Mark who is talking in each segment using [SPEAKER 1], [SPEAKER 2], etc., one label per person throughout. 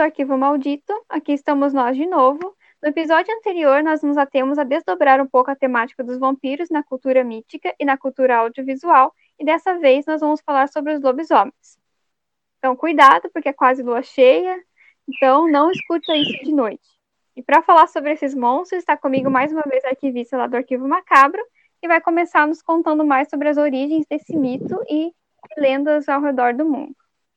[SPEAKER 1] ao Arquivo Maldito. Aqui estamos nós de novo. No episódio anterior, nós nos atemos a desdobrar um pouco a temática dos vampiros na cultura mítica e na cultura audiovisual, e dessa vez nós vamos falar sobre os lobisomens. Então, cuidado, porque é quase lua cheia, então não escuta isso de noite. E para falar sobre esses monstros, está comigo mais uma vez a arquivista lá do Arquivo Macabro, que vai começar nos contando mais sobre as origens desse mito e lendas ao redor do mundo.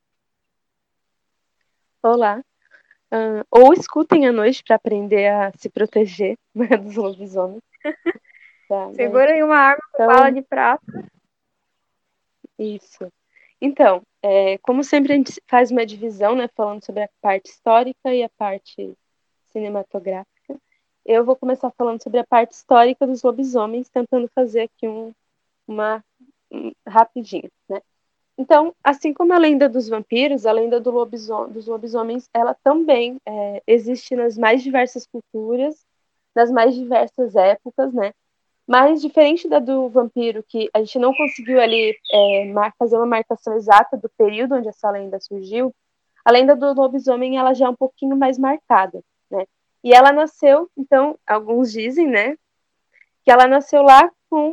[SPEAKER 2] Olá. Ou escutem à noite para aprender a se proteger, né, dos lobisomens.
[SPEAKER 1] Segura aí uma arma com bala
[SPEAKER 2] Então,
[SPEAKER 1] de prata.
[SPEAKER 2] isso. Então, como sempre a gente faz uma divisão, né, falando sobre a parte histórica e a parte cinematográfica. Eu vou começar falando sobre a parte histórica dos lobisomens, tentando fazer aqui rapidinho, né? Então, assim como a lenda dos vampiros, a lenda dos lobisomens, ela também existe nas mais diversas culturas, nas mais diversas épocas, né? Mas diferente da do vampiro, que a gente não conseguiu ali fazer uma marcação exata do período onde essa lenda surgiu, a lenda do lobisomem ela já é um pouquinho mais marcada, né? E ela nasceu, então, alguns dizem, né, que ela nasceu lá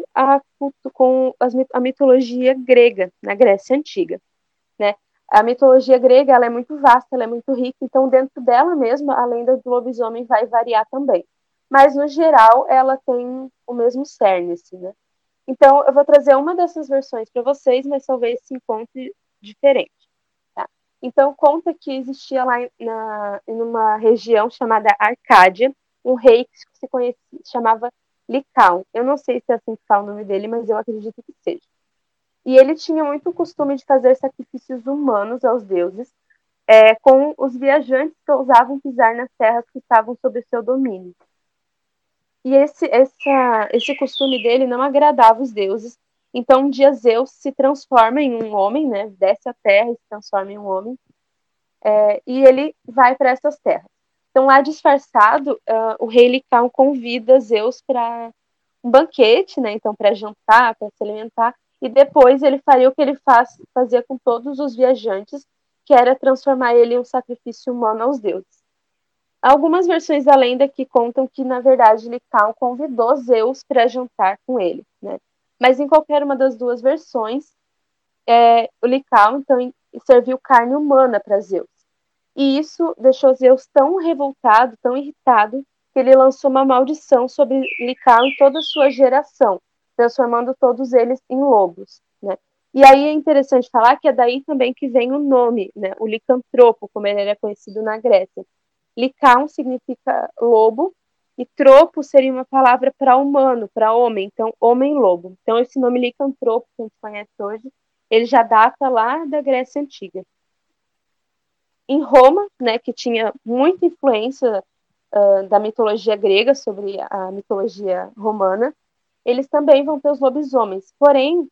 [SPEAKER 2] com a mitologia grega, na Grécia Antiga, né? A mitologia grega ela é muito vasta, ela é muito rica, então dentro dela mesma a lenda do lobisomem vai variar também. Mas, no geral, ela tem o mesmo cerne, assim, né? Então, eu vou trazer uma dessas versões para vocês, mas talvez se encontre diferente. Tá? Então, conta que existia lá numa região chamada Arcádia, um rei que se conhecia, chamava Licão. Eu não sei se é assim que fala o nome dele, mas eu acredito que seja. E ele tinha muito costume de fazer sacrifícios humanos aos deuses, com os viajantes que ousavam pisar nas terras que estavam sob seu domínio. E esse costume dele não agradava os deuses. Então, um dia Zeus se transforma em um homem, né? Desce à terra e se transforma em um homem. E ele vai para essas terras. Então, lá disfarçado, o rei Licão convida Zeus para um banquete, né? Então, para jantar, para se alimentar. E depois ele faria o que ele fazia com todos os viajantes, que era transformar ele em um sacrifício humano aos deuses. Há algumas versões da lenda que contam que, na verdade, Licão convidou Zeus para jantar com ele, né? Mas em qualquer uma das duas versões, o Licão, então, serviu carne humana para Zeus. E isso deixou Zeus tão revoltado, tão irritado, que ele lançou uma maldição sobre Licão e toda a sua geração, transformando todos eles em lobos, né? E aí é interessante falar que é daí também que vem o nome, né? O licantropo, como ele era conhecido na Grécia. Licão significa lobo e tropo seria uma palavra para humano, para homem, então homem-lobo. Então esse nome licantropo que a gente conhece hoje, ele já data lá da Grécia Antiga. Em Roma, né, que tinha muita influência da mitologia grega sobre a mitologia romana, eles também vão ter os lobisomens. Porém,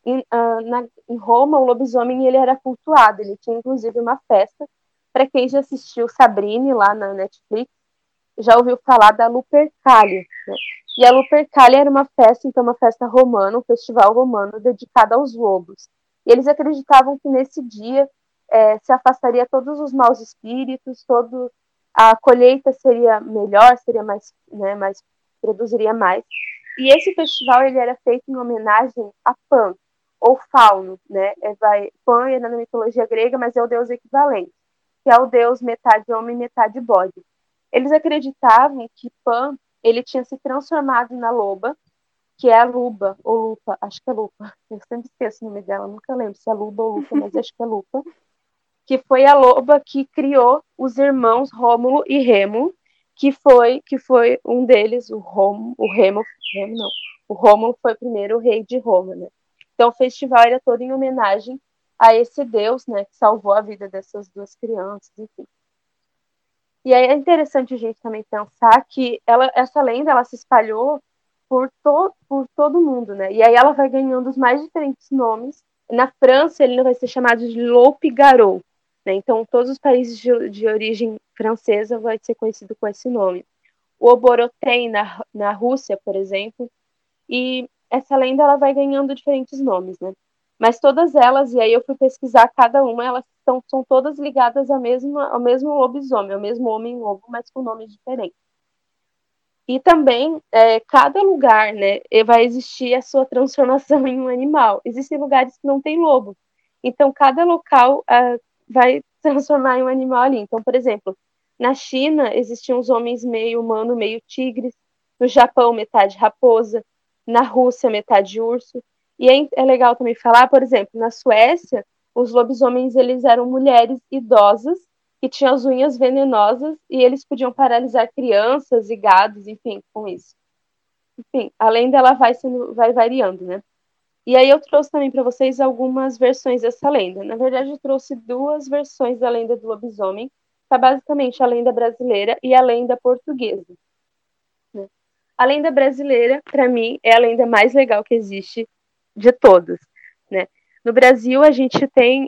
[SPEAKER 2] em Roma, o lobisomem ele era cultuado, ele tinha inclusive uma festa. Para quem já assistiu Sabrina lá na Netflix, já ouviu falar da Lupercalia, né? E a Lupercalia era uma festa, então uma festa romana, um festival romano dedicado aos lobos. E eles acreditavam que nesse dia se afastaria todos os maus espíritos, a colheita seria melhor, seria mais, né, produziria mais. E esse festival ele era feito em homenagem a Pan, ou Fauno, né? Pan é na mitologia grega, mas é o deus equivalente, que é o deus metade homem, metade bode. Eles acreditavam que Pan ele tinha se transformado na loba, que é a Luba, ou Lupa, acho que é Lupa. Eu sempre esqueço o nome dela, nunca lembro se é Luba ou Lupa, mas acho que é Lupa. Que foi a loba que criou os irmãos Rômulo e Remo, que foi um deles, o Rômulo foi o primeiro rei de Roma, né? Então o festival era todo em homenagem a esse deus, né, que salvou a vida dessas duas crianças, enfim. E aí é interessante a gente também pensar que essa lenda ela se espalhou por todo mundo, né? E aí ela vai ganhando os mais diferentes nomes. Na França, ele vai ser chamado de Loup-Garou, né? Então, todos os países de origem francesa vai ser conhecido com esse nome. O Oborotem na Rússia, por exemplo. E essa lenda ela vai ganhando diferentes nomes, né? Mas todas elas, e aí eu fui pesquisar cada uma, elas são todas ligadas ao mesmo lobisomem, ao mesmo homem-lobo, mas com nomes diferentes. E também, cada lugar, né, vai existir a sua transformação em um animal. Existem lugares que não tem lobo. Então, cada local vai transformar em um animal ali. Então, por exemplo, na China, existiam os homens meio humano, meio tigres. No Japão, metade raposa. Na Rússia, metade urso. E é legal também falar, por exemplo, na Suécia, os lobisomens eles eram mulheres idosas que tinham as unhas venenosas e eles podiam paralisar crianças e gados, enfim, com isso. Enfim, a lenda ela vai variando, né? E aí eu trouxe também para vocês algumas versões dessa lenda. Na verdade, eu trouxe duas versões da lenda do lobisomem, que é basicamente a lenda brasileira e a lenda portuguesa. Né? A lenda brasileira, para mim, é a lenda mais legal que existe de todas. Né? No Brasil, a gente tem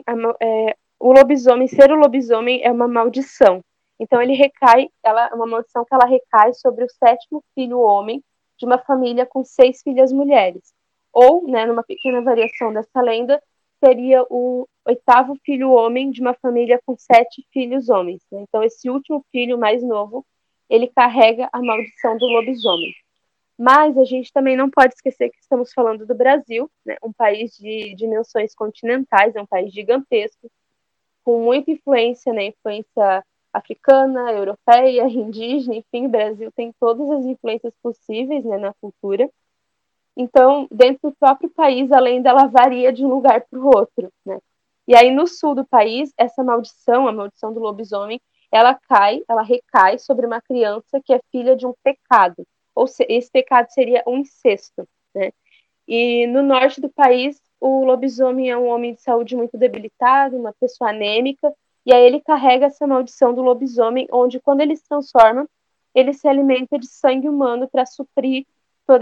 [SPEAKER 2] o lobisomem, ser o lobisomem é uma maldição. Então ele recai, é uma maldição que ela recai sobre o sétimo filho homem de uma família com 6 filhas mulheres. Ou, né, numa pequena variação dessa lenda, seria o oitavo filho homem de uma família com 7 filhos homens. Né? Então esse último filho mais novo, ele carrega a maldição do lobisomem. Mas a gente também não pode esquecer que estamos falando do Brasil, né? Um país de dimensões continentais, é um país gigantesco, com muita influência, né? Influência africana, europeia, indígena, enfim, o Brasil tem todas as influências possíveis, né, na cultura. Então, dentro do próprio país, a lenda ela varia de um lugar para o outro, né? E aí, no sul do país, essa maldição, a maldição do lobisomem, ela recai sobre uma criança que é filha de um pecado. Ou seja, esse pecado seria um incesto, né? E no norte do país, o lobisomem é um homem de saúde muito debilitado, uma pessoa anêmica, e aí ele carrega essa maldição do lobisomem, onde quando ele se transforma, ele se alimenta de sangue humano para suprir toda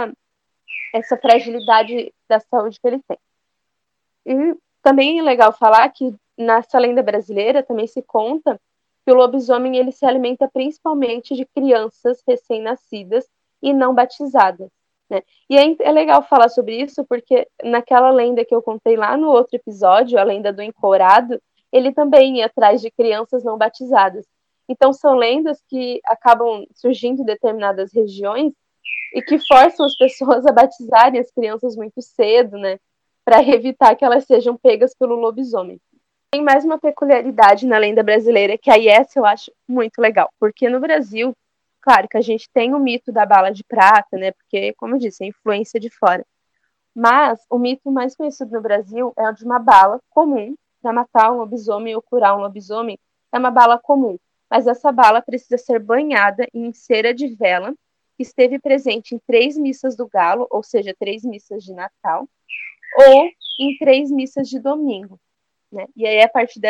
[SPEAKER 2] essa fragilidade da saúde que ele tem. E também é legal falar que nessa lenda brasileira também se conta que o lobisomem ele se alimenta principalmente de crianças recém-nascidas e não batizadas. Né? E é legal falar sobre isso porque naquela lenda que eu contei lá no outro episódio, a lenda do encorado, ele também ia atrás de crianças não batizadas. Então são lendas que acabam surgindo em determinadas regiões e que forçam as pessoas a batizarem as crianças muito cedo, né? Para evitar que elas sejam pegas pelo lobisomem. Tem mais uma peculiaridade na lenda brasileira, que aí essa eu acho muito legal, porque no Brasil, claro que a gente tem o mito da bala de prata, né? Porque, como eu disse, é influência de fora. Mas o mito mais conhecido no Brasil é o de uma bala comum para matar um lobisomem ou curar um lobisomem. É uma bala comum, mas essa bala precisa ser banhada em cera de vela, que esteve presente em 3 missas do galo, ou seja, 3 missas de Natal, ou em 3 missas de domingo. Né? E aí, a partir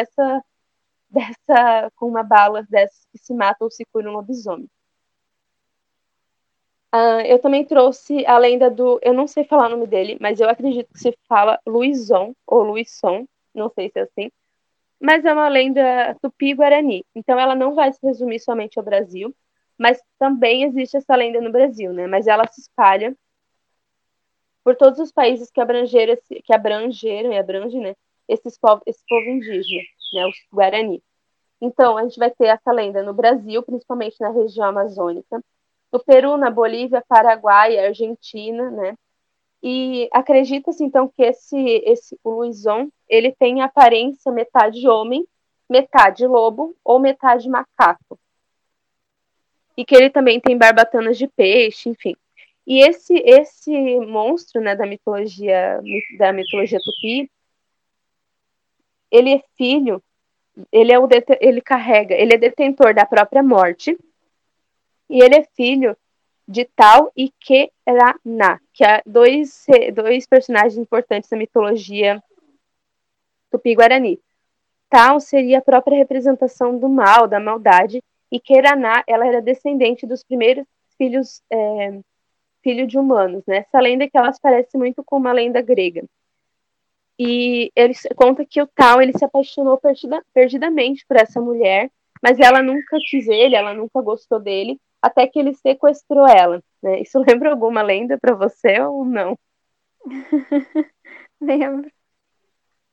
[SPEAKER 2] com uma bala dessa que se mata ou se cura um lobisomem. Eu também trouxe a lenda eu não sei falar o nome dele, mas eu acredito que se fala Luizon, ou Luisson, não sei se é assim, mas é uma lenda tupi-guarani. Então ela não vai se resumir somente ao Brasil, mas também existe essa lenda no Brasil, né? Mas ela se espalha por todos os países que abrangeram e abrangem, né, esse povo indígena, né, os Guarani. Então, a gente vai ter essa lenda no Brasil, principalmente na região amazônica, no Peru, na Bolívia, Paraguai, Argentina, né? E acredita-se, então, que o Luizon, ele tem aparência metade homem, metade lobo ou metade macaco. E que ele também tem barbatanas de peixe, enfim. E esse monstro, né, da mitologia tupi, ele é filho, ele é detentor da própria morte, e ele é filho de Tal e Queraná, que é dois personagens importantes da mitologia tupi-guarani. Tal seria a própria representação do mal, da maldade, e Queraná, ela era descendente dos primeiros filhos filho de humanos, né? Essa lenda que elas parecem muito com uma lenda grega. E ele conta que o Tal, ele se apaixonou perdidamente por essa mulher, mas ela nunca quis ele, ela nunca gostou dele, até que ele sequestrou ela, né? Isso lembra alguma lenda para você ou não?
[SPEAKER 1] Lembro.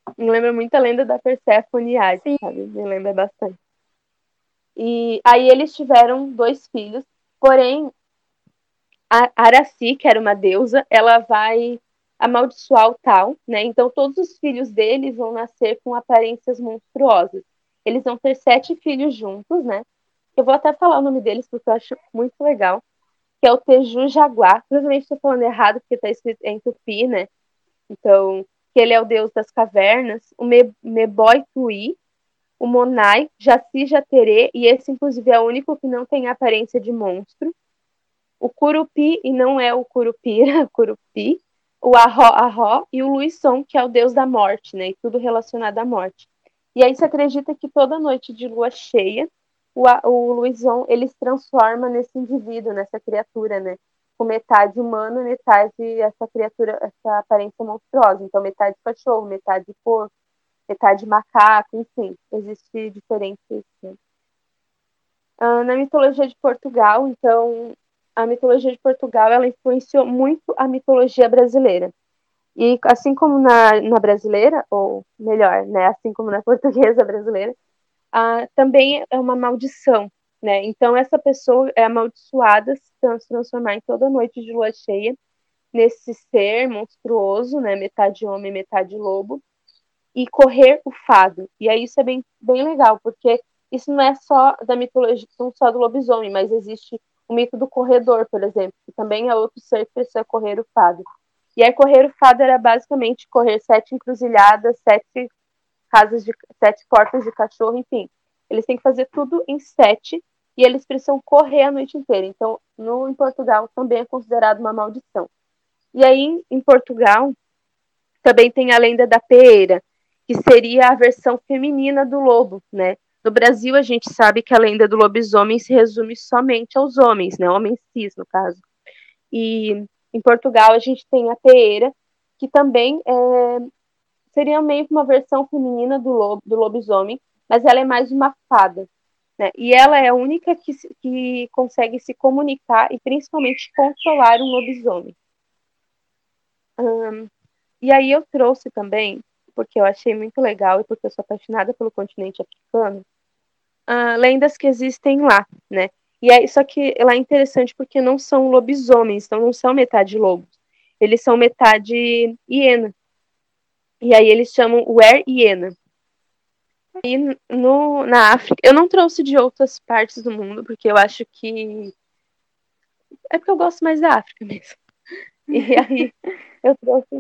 [SPEAKER 2] Me lembra muito a lenda da Perséfone e Hades,
[SPEAKER 1] Sim.
[SPEAKER 2] sabe? Me lembra bastante. E aí eles tiveram 2 filhos, porém a Araci, que era uma deusa, ela vai amaldiçoar o tal, né? Então todos os filhos deles vão nascer com aparências monstruosas. Eles vão ter 7 filhos juntos, né? Eu vou até falar o nome deles porque eu acho muito legal, que é o Teju Jaguar. Provavelmente estou falando errado porque está escrito em tupi, né? Então, que ele é o deus das cavernas, o Meboi Tui, o Monai, Jaci Jaterê, e esse inclusive é o único que não tem aparência de monstro, o Curupi, e não é o Curupira, o Curupi, o Ahó e o Luisson, que é o deus da morte, né? E tudo relacionado à morte. E aí se acredita que toda noite de lua cheia, o Luisson, ele se transforma nesse indivíduo, nessa criatura, né? Com metade humano, metade essa criatura, essa aparência monstruosa. Então, metade cachorro, metade porco, metade macaco, enfim, existe diferentes. Né? Na mitologia de Portugal, então, a mitologia de Portugal, ela influenciou muito a mitologia brasileira. E assim como na brasileira, ou melhor, né, assim como na portuguesa brasileira, também é uma maldição, né? Então essa pessoa é amaldiçoada se transformar em toda noite de lua cheia nesse ser monstruoso, né? Metade homem, metade lobo, e correr o fado. E aí isso é bem legal, porque isso não é só da mitologia, não só do lobisomem, mas existe o mito do corredor, por exemplo, que também é outro ser que precisa correr o fado. E aí correr o fado era basicamente correr 7 encruzilhadas, 7 portas de cachorro, enfim. Eles têm que fazer tudo em 7 e eles precisam correr a noite inteira. Então, em Portugal também é considerado uma maldição. E aí, em Portugal, também tem a lenda da peeira, que seria a versão feminina do lobo, né? No Brasil, a gente sabe que a lenda do lobisomem se resume somente aos homens, né? Homens cis, no caso. E em Portugal, a gente tem a peeira, que também seria meio que uma versão feminina do lobisomem, mas ela é mais uma fada. Né? E ela é a única que consegue se comunicar e principalmente controlar um lobisomem. E aí eu trouxe também, porque eu achei muito legal e porque eu sou apaixonada pelo continente africano, lendas que existem lá, né? E aí, só que lá é interessante porque não são lobisomens, então não são metade lobos. Eles são metade hiena. E aí eles chamam wer-hiena. E na África, eu não trouxe de outras partes do mundo, porque eu acho que. É porque eu gosto mais da África mesmo. E aí eu trouxe.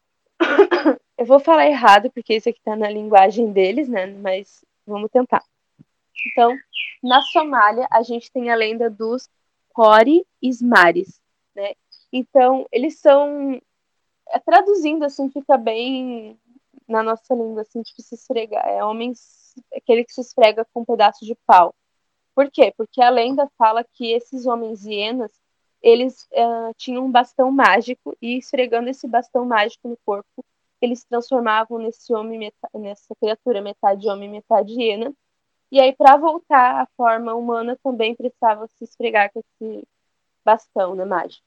[SPEAKER 2] Eu vou falar errado, porque isso aqui tá na linguagem deles, né? Mas vamos tentar. Então, na Somália, a gente tem a lenda dos Kori Ismares, né? Então, eles são. Traduzindo assim, fica bem na nossa língua, assim, tipo, se esfrega. É homens. Aquele que se esfrega com um pedaço de pau. Por quê? Porque a lenda fala que esses homens hienas, eles tinham um bastão mágico e esfregando esse bastão mágico no corpo, eles se transformavam nesse homem, nessa criatura metade homem, metade hiena. E aí, para voltar à forma humana, também precisava se esfregar com esse bastão, né, mágico.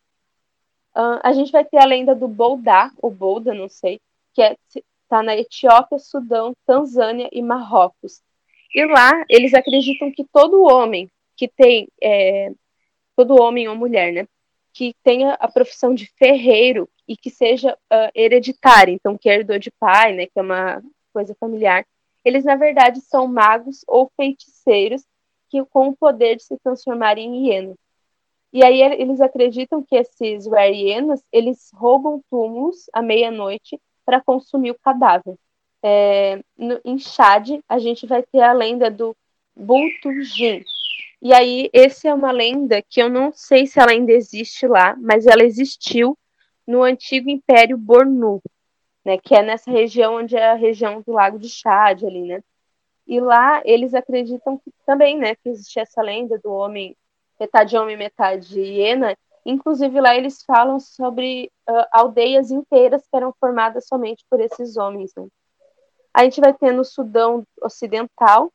[SPEAKER 2] A gente vai ter a lenda do Boldá, ou Bolda, não sei, que tá na Etiópia, Sudão, Tanzânia e Marrocos. E lá eles acreditam que todo homem que tem, todo homem ou mulher, né, que tenha a profissão de ferreiro e que seja hereditário, então que herdou de pai, né, que é uma coisa familiar, eles na verdade são magos ou feiticeiros que com o poder de se transformar em hienas. E aí eles acreditam que esses hienas, eles roubam túmulos à meia-noite para consumir o cadáver. Em Chad, a gente vai ter a lenda do Bultujin. E aí, essa é uma lenda que eu não sei se ela ainda existe lá, mas ela existiu no antigo Império Bornu, né, que é nessa região onde é a região do Lago de Chad ali, né? E lá eles acreditam que também, né, que existe essa lenda do homem, metade hiena. Inclusive lá eles falam sobre aldeias inteiras que eram formadas somente por esses homens. Né? A gente vai ter no Sudão Ocidental,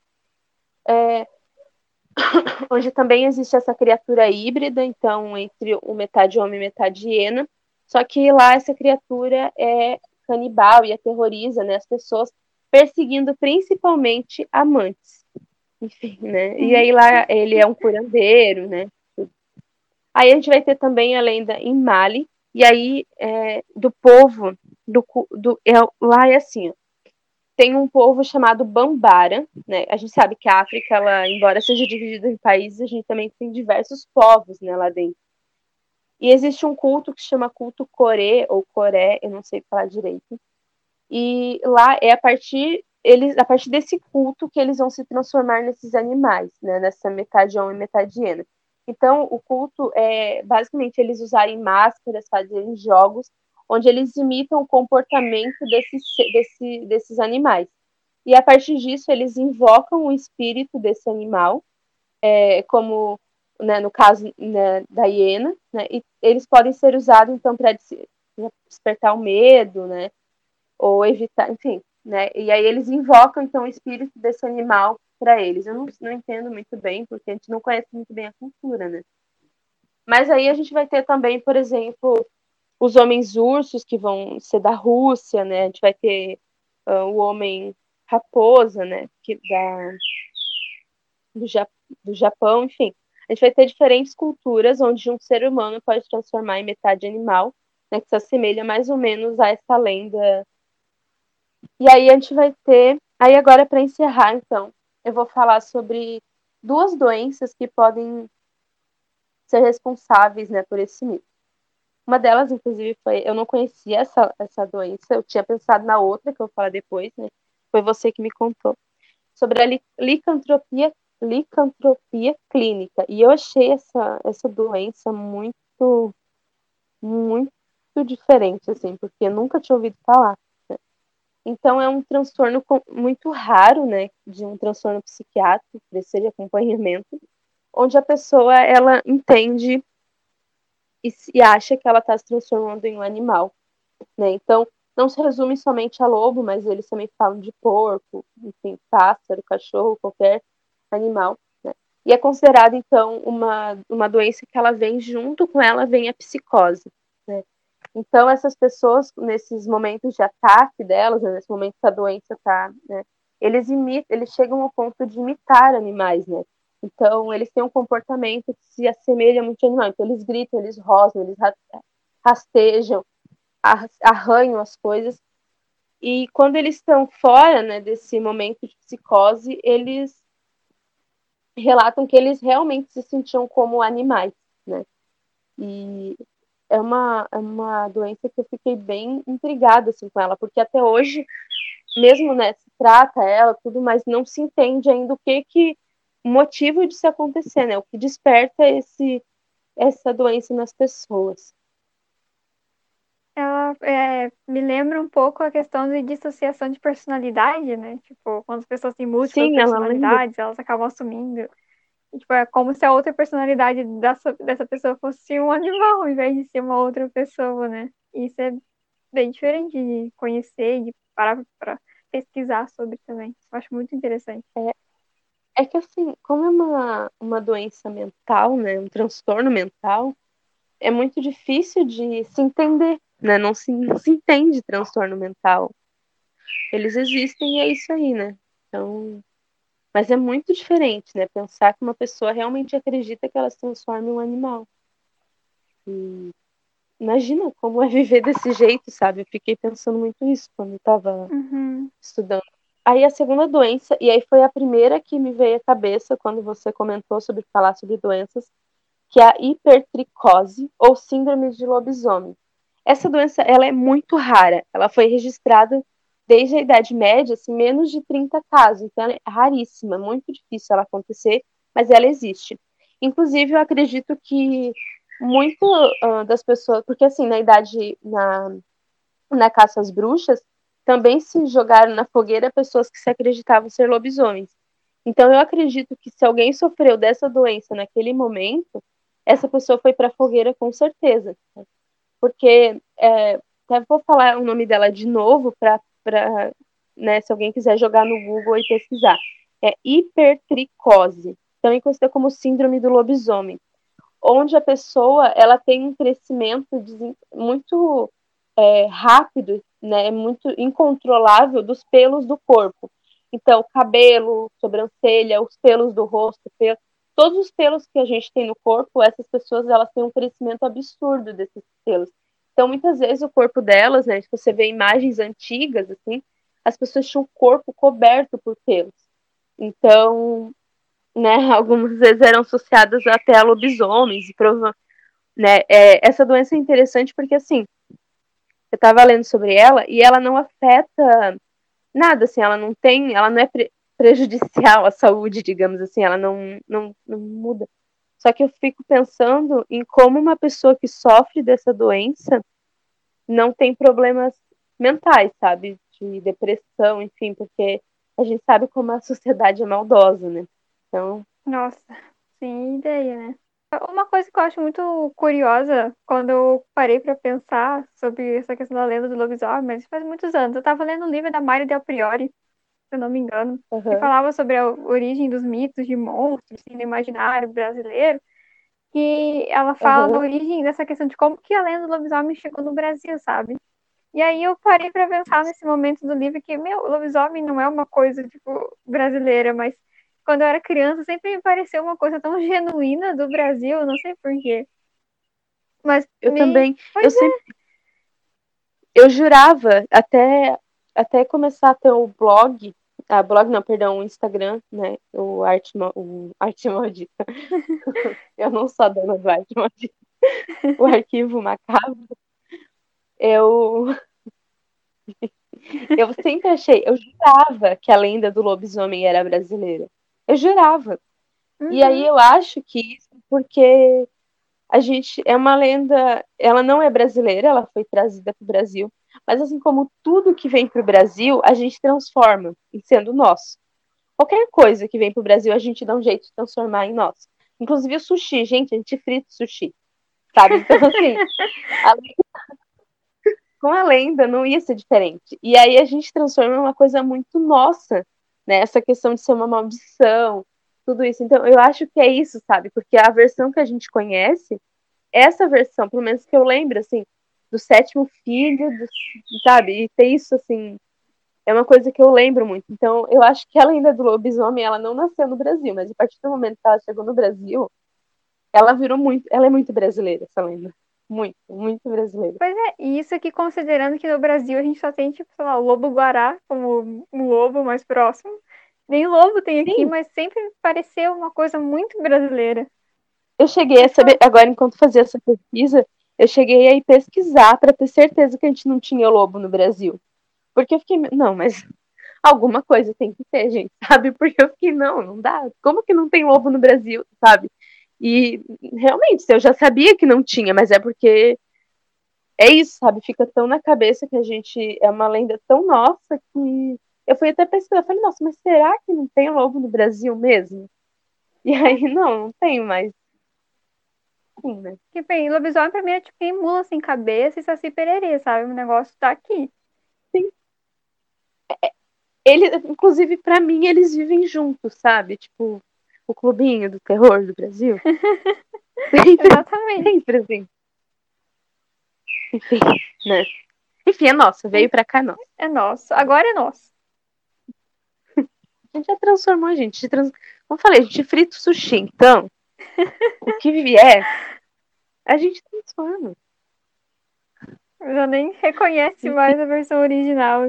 [SPEAKER 2] onde também existe essa criatura híbrida, então entre o metade homem e metade hiena. Só que lá essa criatura é canibal e aterroriza, né, as pessoas, perseguindo principalmente amantes. Enfim, né? E aí lá ele é um curandeiro, né? Aí a gente vai ter também a lenda em Mali, e aí do povo, lá é assim, ó, tem um povo chamado Bambara, né? A gente sabe que a África, ela, embora seja dividida em países, a gente também tem diversos povos, né, lá dentro. E existe um culto que se chama culto Coré, ou Coré, eu não sei falar direito. E lá é a partir desse culto que eles vão se transformar nesses animais, né? Nessa metade homem e metade hiena. Então, o culto é, basicamente, eles usarem máscaras, fazerem jogos, onde eles imitam o comportamento desses animais. E a partir disso, eles invocam o espírito desse animal, como, né, no caso, né, da hiena, né, e eles podem ser usados, então, para despertar o medo, né, ou evitar, enfim, né, e aí eles invocam, então, o espírito desse animal para eles. Eu não entendo muito bem, porque a gente não conhece muito bem a cultura, né. Mas aí a gente vai ter também, por exemplo, os homens ursos, que vão ser da Rússia, né, a gente vai ter o homem raposa, né, do, do Japão, enfim. A gente vai ter diferentes culturas onde um ser humano pode transformar em metade animal, né, que se assemelha mais ou menos a essa lenda. E aí a gente vai ter. Aí agora, para encerrar, então, eu vou falar sobre duas doenças que podem ser responsáveis, né, por esse mito. Uma delas, inclusive, foi. Eu não conhecia essa doença, eu tinha pensado na outra, que eu vou falar depois, né? Foi você que me contou. Sobre a licantropia clínica. E eu achei essa doença muito, muito diferente, assim, porque eu nunca tinha ouvido falar. Né? Então, é um transtorno muito raro, né, de um transtorno psiquiátrico, precisa de acompanhamento, onde a pessoa, ela entende e acha que ela está se transformando em um animal, né? Então, não se resume somente a lobo, mas eles também falam de porco, enfim, pássaro, cachorro, qualquer animal, né? E é considerado, então, uma doença que ela vem junto com ela, vem a psicose, né? Então, essas pessoas, nesses momentos de ataque delas, né, nesse momento que a doença está, né, eles chegam ao ponto de imitar animais, né? Então, eles têm um comportamento que se assemelha muito a animal. Então, eles gritam, eles rosnam, eles rastejam, arranham as coisas. E quando eles estão fora, né, desse momento de psicose, eles relatam que eles realmente se sentiam como animais, né? E é uma doença que eu fiquei bem intrigada assim, com ela, porque até hoje, mesmo, né, se trata ela, tudo, mas não se entende ainda o motivo disso acontecer, né? O que desperta essa doença nas pessoas.
[SPEAKER 1] Ela me lembra um pouco a questão de dissociação de personalidade, né? Tipo, quando as pessoas têm múltiplas
[SPEAKER 2] Sim, ela lembra.
[SPEAKER 1] personalidades, elas acabam assumindo. E, tipo, é como se a outra personalidade dessa pessoa fosse um animal, ao invés de ser uma outra pessoa, né? E isso é bem diferente de conhecer e de parar para pesquisar sobre também. Eu acho muito interessante.
[SPEAKER 2] É que assim, como é uma doença mental, né, um transtorno mental, é muito difícil de se entender, né? Não se entende transtorno mental. Eles existem e é isso aí, né? Então, mas é muito diferente, né? Pensar que uma pessoa realmente acredita que ela se transforma em um animal. E imagina como é viver desse jeito, sabe? Eu fiquei pensando muito isso quando eu estava
[SPEAKER 1] Uhum.
[SPEAKER 2] estudando. Aí a segunda doença, e aí foi a primeira que me veio à cabeça quando você comentou sobre falar sobre doenças, que é a hipertricose ou síndrome de lobisomem. Essa doença, ela é muito rara. Ela foi registrada desde a Idade Média, assim, menos de 30 casos. Então, ela é raríssima, muito difícil ela acontecer, mas ela existe. Inclusive, eu acredito que muito das pessoas, porque assim, na caça às bruxas, também se jogaram na fogueira pessoas que se acreditavam ser lobisomens. Então, eu acredito que se alguém sofreu dessa doença naquele momento, essa pessoa foi para a fogueira com certeza. Porque, até vou falar o nome dela de novo, né, se alguém quiser jogar no Google e pesquisar. É hipertricose, também conhecida como síndrome do lobisomem, onde a pessoa ela tem um crescimento muito rápido né, muito incontrolável dos pelos do corpo. Então, cabelo, sobrancelha, os pelos do rosto, todos os pelos que a gente tem no corpo, essas pessoas elas têm um crescimento absurdo desses pelos. Então, muitas vezes o corpo delas, né, se você vê imagens antigas, assim, as pessoas tinham o corpo coberto por pelos. Então, né, algumas vezes eram associadas até a lobisomens, né, essa doença é interessante porque, assim, eu estava lendo sobre ela e ela não afeta nada, assim, ela não é prejudicial à saúde, digamos assim, ela não muda. Só que eu fico pensando em como uma pessoa que sofre dessa doença não tem problemas mentais, sabe? De depressão, enfim, porque a gente sabe como a sociedade é maldosa, né? Então.
[SPEAKER 1] Nossa, sem ideia, né? Uma coisa que eu acho muito curiosa quando eu parei pra pensar sobre essa questão da lenda do lobisomem, mas faz muitos anos. Eu tava lendo um livro da Mari Del Priori, se eu não me engano, que
[SPEAKER 2] Uhum,
[SPEAKER 1] falava sobre a origem dos mitos de monstros assim, no imaginário brasileiro. E ela fala da
[SPEAKER 2] uhum.
[SPEAKER 1] origem dessa questão de como que a lenda do lobisomem chegou no Brasil, sabe? E aí eu parei pra pensar nesse momento do livro que, meu, o lobisomem não é uma coisa, tipo, brasileira, mas quando eu era criança sempre me pareceu uma coisa tão genuína do Brasil, não sei por quê. Mas
[SPEAKER 2] Eu
[SPEAKER 1] me.
[SPEAKER 2] também,
[SPEAKER 1] Pois
[SPEAKER 2] eu sempre, eu jurava até começar a ter o blog, blog não, perdão, o Instagram, né, o Arte Maldita. Eu não sou a dona do Arte Maldita, o arquivo macabro. Eu, eu sempre achei, eu jurava que a lenda do lobisomem era brasileira. Eu jurava.
[SPEAKER 1] é.
[SPEAKER 2] E aí
[SPEAKER 1] Uhum.
[SPEAKER 2] eu acho que isso porque a gente é uma lenda, ela não é brasileira, ela foi trazida para o Brasil, mas assim como tudo que vem para o Brasil, a gente transforma em sendo nosso. Qualquer coisa que vem para o Brasil, a gente dá um jeito de transformar em nosso. Inclusive o sushi, gente, a gente frita o sushi, sabe? Então, assim, a, com a lenda não ia ser diferente. E aí a gente transforma em uma coisa muito nossa, né? Essa questão de ser uma maldição, tudo isso. Então, eu acho que é isso, sabe? Porque a versão que a gente conhece, essa versão, pelo menos que eu lembro, assim, do sétimo filho, sabe? E ter isso, assim, é uma coisa que eu lembro muito. Então, eu acho que a lenda do lobisomem, ela não nasceu no Brasil, mas a partir do momento que ela chegou no Brasil, ela é muito brasileira, essa lenda. Muito, muito brasileira.
[SPEAKER 1] Pois é, e isso aqui considerando que no Brasil a gente só tem, tipo, sei lá, o lobo-guará como um lobo mais próximo. Nem lobo tem aqui,
[SPEAKER 2] Sim,
[SPEAKER 1] mas sempre me pareceu uma coisa muito brasileira.
[SPEAKER 2] eu cheguei a saber,
[SPEAKER 1] Pessoal,
[SPEAKER 2] agora enquanto fazia essa pesquisa, eu cheguei a ir pesquisar para ter certeza que a gente não tinha lobo no Brasil. Porque eu fiquei, não, mas alguma coisa tem que ter, gente, sabe? Porque eu fiquei, não dá. Como que não tem lobo no Brasil, sabe? E realmente, eu já sabia que não tinha, mas é porque é isso, sabe? Fica tão na cabeça que a gente é uma lenda tão nossa que eu fui até pesquisar, eu falei, nossa, mas será que não tem lobo no Brasil mesmo? E aí, não tem mais. Sim, né?
[SPEAKER 1] que bem, lobisomem pra mim é tipo quem mula sem cabeça e saci pererê, sabe? O negócio tá aqui.
[SPEAKER 2] Sim. Ele, inclusive, pra mim, eles vivem juntos, sabe? Tipo, o clubinho do terror do Brasil. Sempre,
[SPEAKER 1] Exatamente.
[SPEAKER 2] sempre assim. Enfim, né? Enfim, é nossa, veio pra cá, é nossa.
[SPEAKER 1] É nosso. Agora é nosso.
[SPEAKER 2] A gente já transformou, a gente. Como eu falei, a gente frita o sushi, então, o que vier, a gente transforma.
[SPEAKER 1] Já nem reconhece
[SPEAKER 2] Enfim,
[SPEAKER 1] mais a versão original.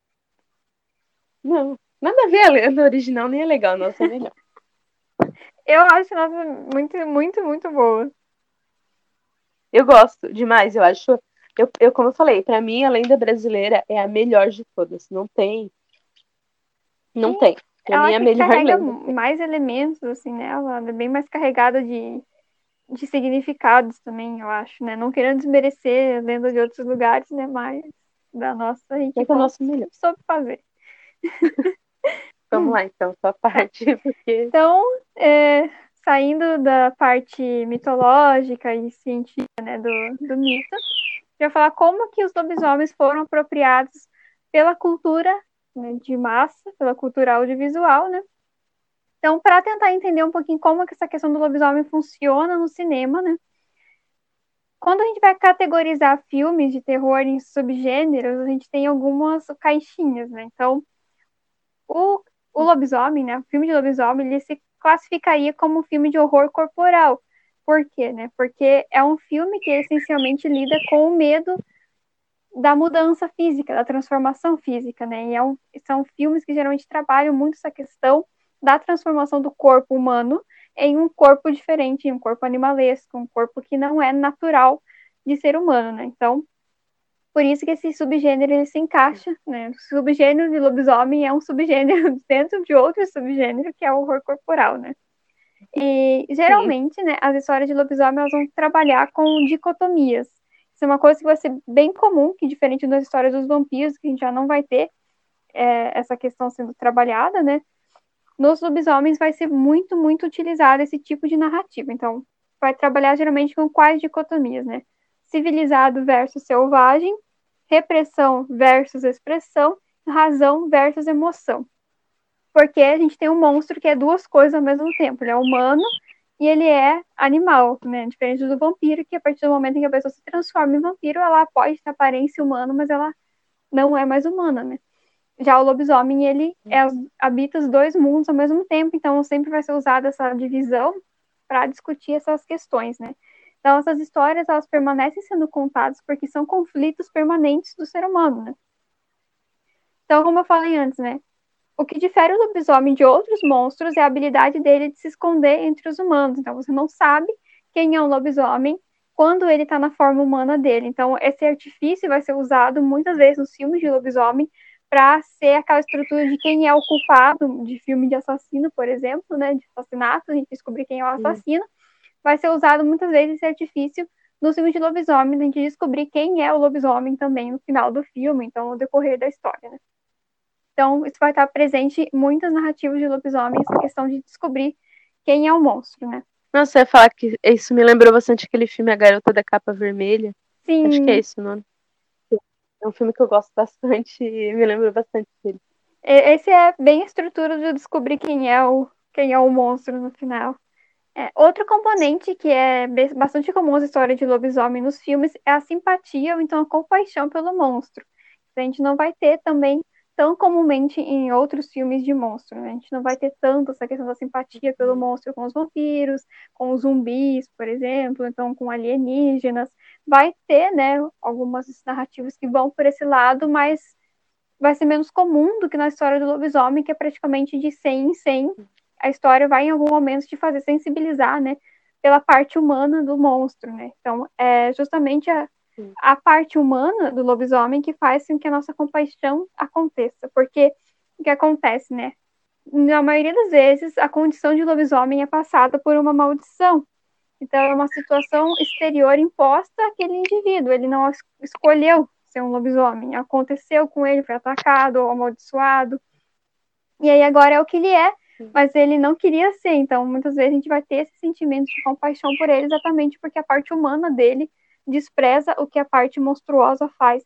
[SPEAKER 2] não. Nada a ver, a lenda original nem é legal, a nossa é melhor.
[SPEAKER 1] Eu acho nossa muito, muito, muito boa.
[SPEAKER 2] Eu gosto demais, eu acho. Como eu falei, pra mim a lenda brasileira é a melhor de todas. Não tem. Não
[SPEAKER 1] Sim,
[SPEAKER 2] tem. Pra
[SPEAKER 1] ela
[SPEAKER 2] mim é a
[SPEAKER 1] que
[SPEAKER 2] melhor
[SPEAKER 1] carrega
[SPEAKER 2] lenda.
[SPEAKER 1] mais elementos, assim, né? Ela é bem mais carregada de significados também, eu acho, né? Não querendo desmerecer a lenda de outros lugares, né? Mas da nossa a gente
[SPEAKER 2] Mas é a nossa melhor.
[SPEAKER 1] sempre soube fazer.
[SPEAKER 2] Vamos lá, então, sua
[SPEAKER 1] Tá.
[SPEAKER 2] parte, porque.
[SPEAKER 1] Então, saindo da parte mitológica e científica, né, do mito, já falar como que os lobisomens foram apropriados pela cultura, né, de massa, pela cultura audiovisual, né? Então, para tentar entender um pouquinho como que essa questão do lobisomem funciona no cinema, né? Quando a gente vai categorizar filmes de terror em subgêneros, a gente tem algumas caixinhas, né? Então, o lobisomem, né? O filme de lobisomem, ele se classificaria como um filme de horror corporal. Por quê, né? Porque é um filme que essencialmente lida com o medo da mudança física, da transformação física, né? São filmes que geralmente trabalham muito essa questão da transformação do corpo humano em um corpo diferente, em um corpo animalesco, um corpo que não é natural de ser humano, né? Então, por isso que esse subgênero ele se encaixa, né? O subgênero de lobisomem é um subgênero dentro de outro subgênero, que é o horror corporal, né? E
[SPEAKER 2] Sim.
[SPEAKER 1] geralmente, né, as histórias de lobisomem elas vão trabalhar com dicotomias. Isso é uma coisa que vai ser bem comum, que diferente das histórias dos vampiros, que a gente já não vai ter essa questão sendo trabalhada, né? Nos lobisomens vai ser muito, muito utilizado esse tipo de narrativa. Então, vai trabalhar geralmente com quais dicotomias, né? Civilizado versus selvagem, repressão versus expressão, razão versus emoção. Porque a gente tem um monstro que é duas coisas ao mesmo tempo. Ele é humano e ele é animal, né? Diferente do vampiro, que a partir do momento em que a pessoa se transforma em vampiro, ela pode ter aparência humana, mas ela não é mais humana, né? Já o lobisomem, habita os dois mundos ao mesmo tempo, então sempre vai ser usada essa divisão para discutir essas questões, né? Então, essas histórias, elas permanecem sendo contadas porque são conflitos permanentes do ser humano, né? Então, como eu falei antes, né? O que difere o lobisomem de outros monstros é a habilidade dele de se esconder entre os humanos. Então, você não sabe quem é um lobisomem quando ele está na forma humana dele. Então, esse artifício vai ser usado muitas vezes nos filmes de lobisomem para ser aquela estrutura de quem é o culpado de filme de assassino, por exemplo, né, de assassinato, a gente descobrir quem é o assassino. Vai ser usado muitas vezes esse artifício nos filmes de lobisomem, a gente descobrir quem é o lobisomem também no final do filme, então no decorrer da história, né? Então, isso vai estar presente em muitas narrativas de lobisomens, a questão de descobrir quem é o monstro, né?
[SPEAKER 2] Nossa, eu ia falar que isso me lembrou bastante aquele filme A Garota da Capa Vermelha. Acho que é
[SPEAKER 1] Sim,
[SPEAKER 2] esse o nome. É um filme que eu gosto bastante e me lembro bastante dele.
[SPEAKER 1] esse é bem a estrutura de descobrir quem é o monstro no final. Outro componente que é bastante comum nas histórias de lobisomem nos filmes é a simpatia ou então a compaixão pelo monstro. A gente não vai ter também tão comumente em outros filmes de monstro, né? A gente não vai ter tanto essa questão da simpatia pelo monstro com os vampiros, com os zumbis, por exemplo, então com alienígenas. Vai ter, né, algumas narrativas que vão por esse lado, mas vai ser menos comum do que na história do lobisomem, que é praticamente de 100 em 100. A história vai, em algum momento, te fazer sensibilizar, né, pela parte humana do monstro, né? Então, é justamente a parte humana do lobisomem que faz com que a nossa compaixão aconteça. Porque o que acontece, né? Na maioria das vezes, a condição de lobisomem é passada por uma maldição. Então, é uma situação exterior imposta àquele indivíduo. Ele não escolheu ser um lobisomem. Aconteceu com ele, foi atacado ou amaldiçoado. E aí agora é o que ele é, mas ele não queria ser. Então, muitas vezes a gente vai ter esse sentimento de compaixão por ele, exatamente porque a parte humana dele despreza o que a parte monstruosa faz.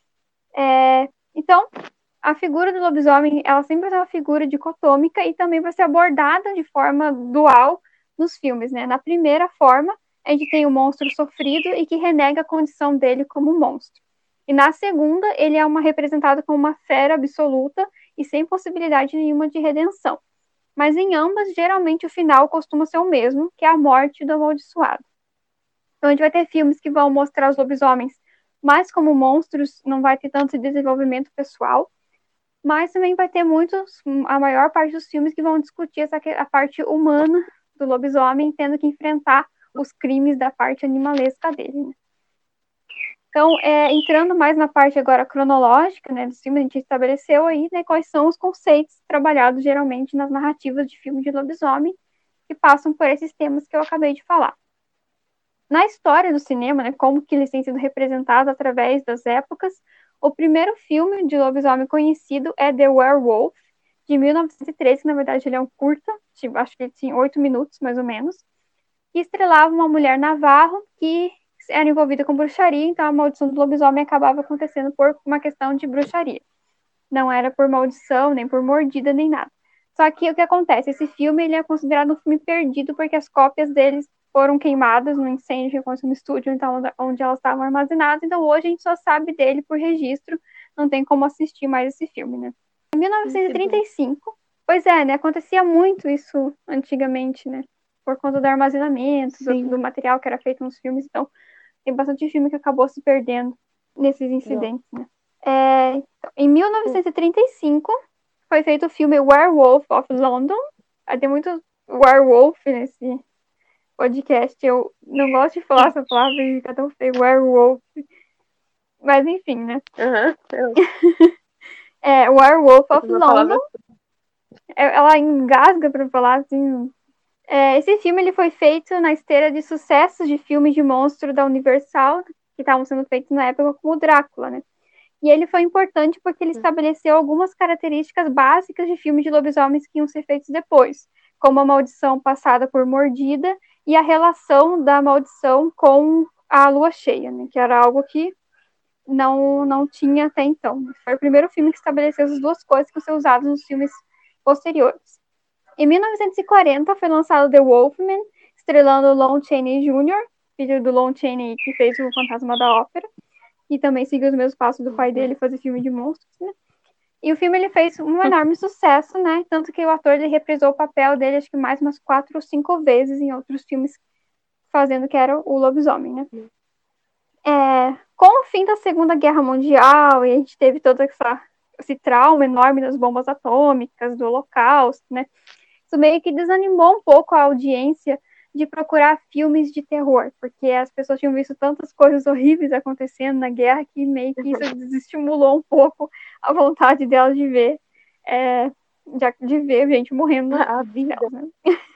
[SPEAKER 1] Então, a figura do lobisomem, ela sempre é uma figura dicotômica e também vai ser abordada de forma dual nos filmes, né? Na primeira forma, a gente tem o monstro sofrido e que renega a condição dele como monstro. E na segunda, ele é representado como uma fera absoluta e sem possibilidade nenhuma de redenção. Mas em ambas, geralmente o final costuma ser o mesmo, que é a morte do amaldiçoado. Então a gente vai ter filmes que vão mostrar os lobisomens mais como monstros, não vai ter tanto desenvolvimento pessoal, mas também vai ter a maior parte dos filmes que vão discutir a parte humana do lobisomem, tendo que enfrentar os crimes da parte animalesca dele, né? Então, entrando mais na parte agora cronológica, né, dos filmes, a gente estabeleceu aí, né, quais são os conceitos trabalhados geralmente nas narrativas de filme de lobisomem que passam por esses temas que eu acabei de falar. Na história do cinema, né, como que eles têm sido representados através das épocas, o primeiro filme de lobisomem conhecido é The Werewolf, de 1913, que na verdade ele é um curta, acho que ele tinha 8 minutos, mais ou menos, que estrelava uma mulher navarro que era envolvida com bruxaria, então a maldição do lobisomem acabava acontecendo por uma questão de bruxaria. Não era por maldição, nem por mordida, nem nada. Só que o que acontece? Esse filme ele é considerado um filme perdido porque as cópias deles foram queimadas no incêndio que aconteceu no estúdio então, onde elas estavam armazenadas. Então hoje a gente só sabe dele por registro, não tem como assistir mais esse filme, né? Em 1935, pois é, né? Acontecia muito isso antigamente, né? Por conta do armazenamento, do material que era feito nos filmes. Então, tem bastante filme que acabou se perdendo nesses incidentes, né? Em 1935, foi feito o filme Werewolf of London. Tem muito werewolf nesse podcast. Eu não gosto de falar essa palavra e fica tão feio, werewolf. Mas enfim, né? Werewolf of London. Ela engasga pra falar assim. Esse filme ele foi feito na esteira de sucessos de filmes de monstro da Universal, que estavam sendo feitos na época, como o Drácula, né? E ele foi importante porque ele estabeleceu algumas características básicas de filmes de lobisomens que iam ser feitos depois, como a maldição passada por mordida e a relação da maldição com a lua cheia, né? Que era algo que não tinha até então. Foi o primeiro filme que estabeleceu as duas coisas que iam ser usadas nos filmes posteriores. Em 1940 foi lançado The Wolfman, estrelando Lon Chaney Jr., filho do Lon Chaney que fez o Fantasma da Ópera, e também seguiu os mesmos passos do pai dele, fazer filme de monstros, né? E o filme ele fez um enorme sucesso, né? Tanto que o ator ele reprisou o papel dele acho que mais umas 4 ou 5 vezes em outros filmes, fazendo que era o lobisomem, né? Com o fim da Segunda Guerra Mundial, e a gente teve todo esse trauma enorme das bombas atômicas, do Holocausto, né? Isso meio que desanimou um pouco a audiência de procurar filmes de terror, porque as pessoas tinham visto tantas coisas horríveis acontecendo na guerra que meio que isso desestimulou um pouco a vontade delas de ver, de ver gente morrendo.
[SPEAKER 2] A vida. Né?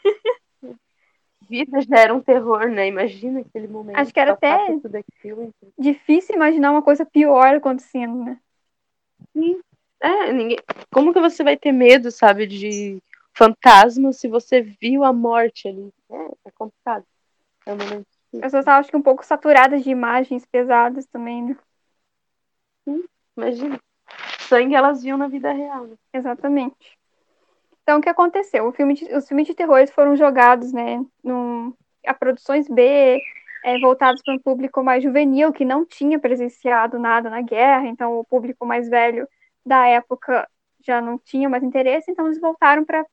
[SPEAKER 2] Vida já era um terror, né? Imagina aquele momento.
[SPEAKER 1] Acho que era até difícil imaginar uma coisa pior acontecendo, né?
[SPEAKER 2] Sim. Como que você vai ter medo, sabe, de fantasma se você viu a morte ali? É complicado. É um momento difícil.
[SPEAKER 1] As pessoas estavam, acho que, um pouco saturadas de imagens pesadas também, né?
[SPEAKER 2] Sim, imagina. Sangue elas viam na vida real. Né?
[SPEAKER 1] Exatamente. Então, o que aconteceu? Os filmes de terror foram jogados, né, a produções B, voltados para um público mais juvenil, que não tinha presenciado nada na guerra, então o público mais velho da época já não tinha mais interesse, então eles voltaram para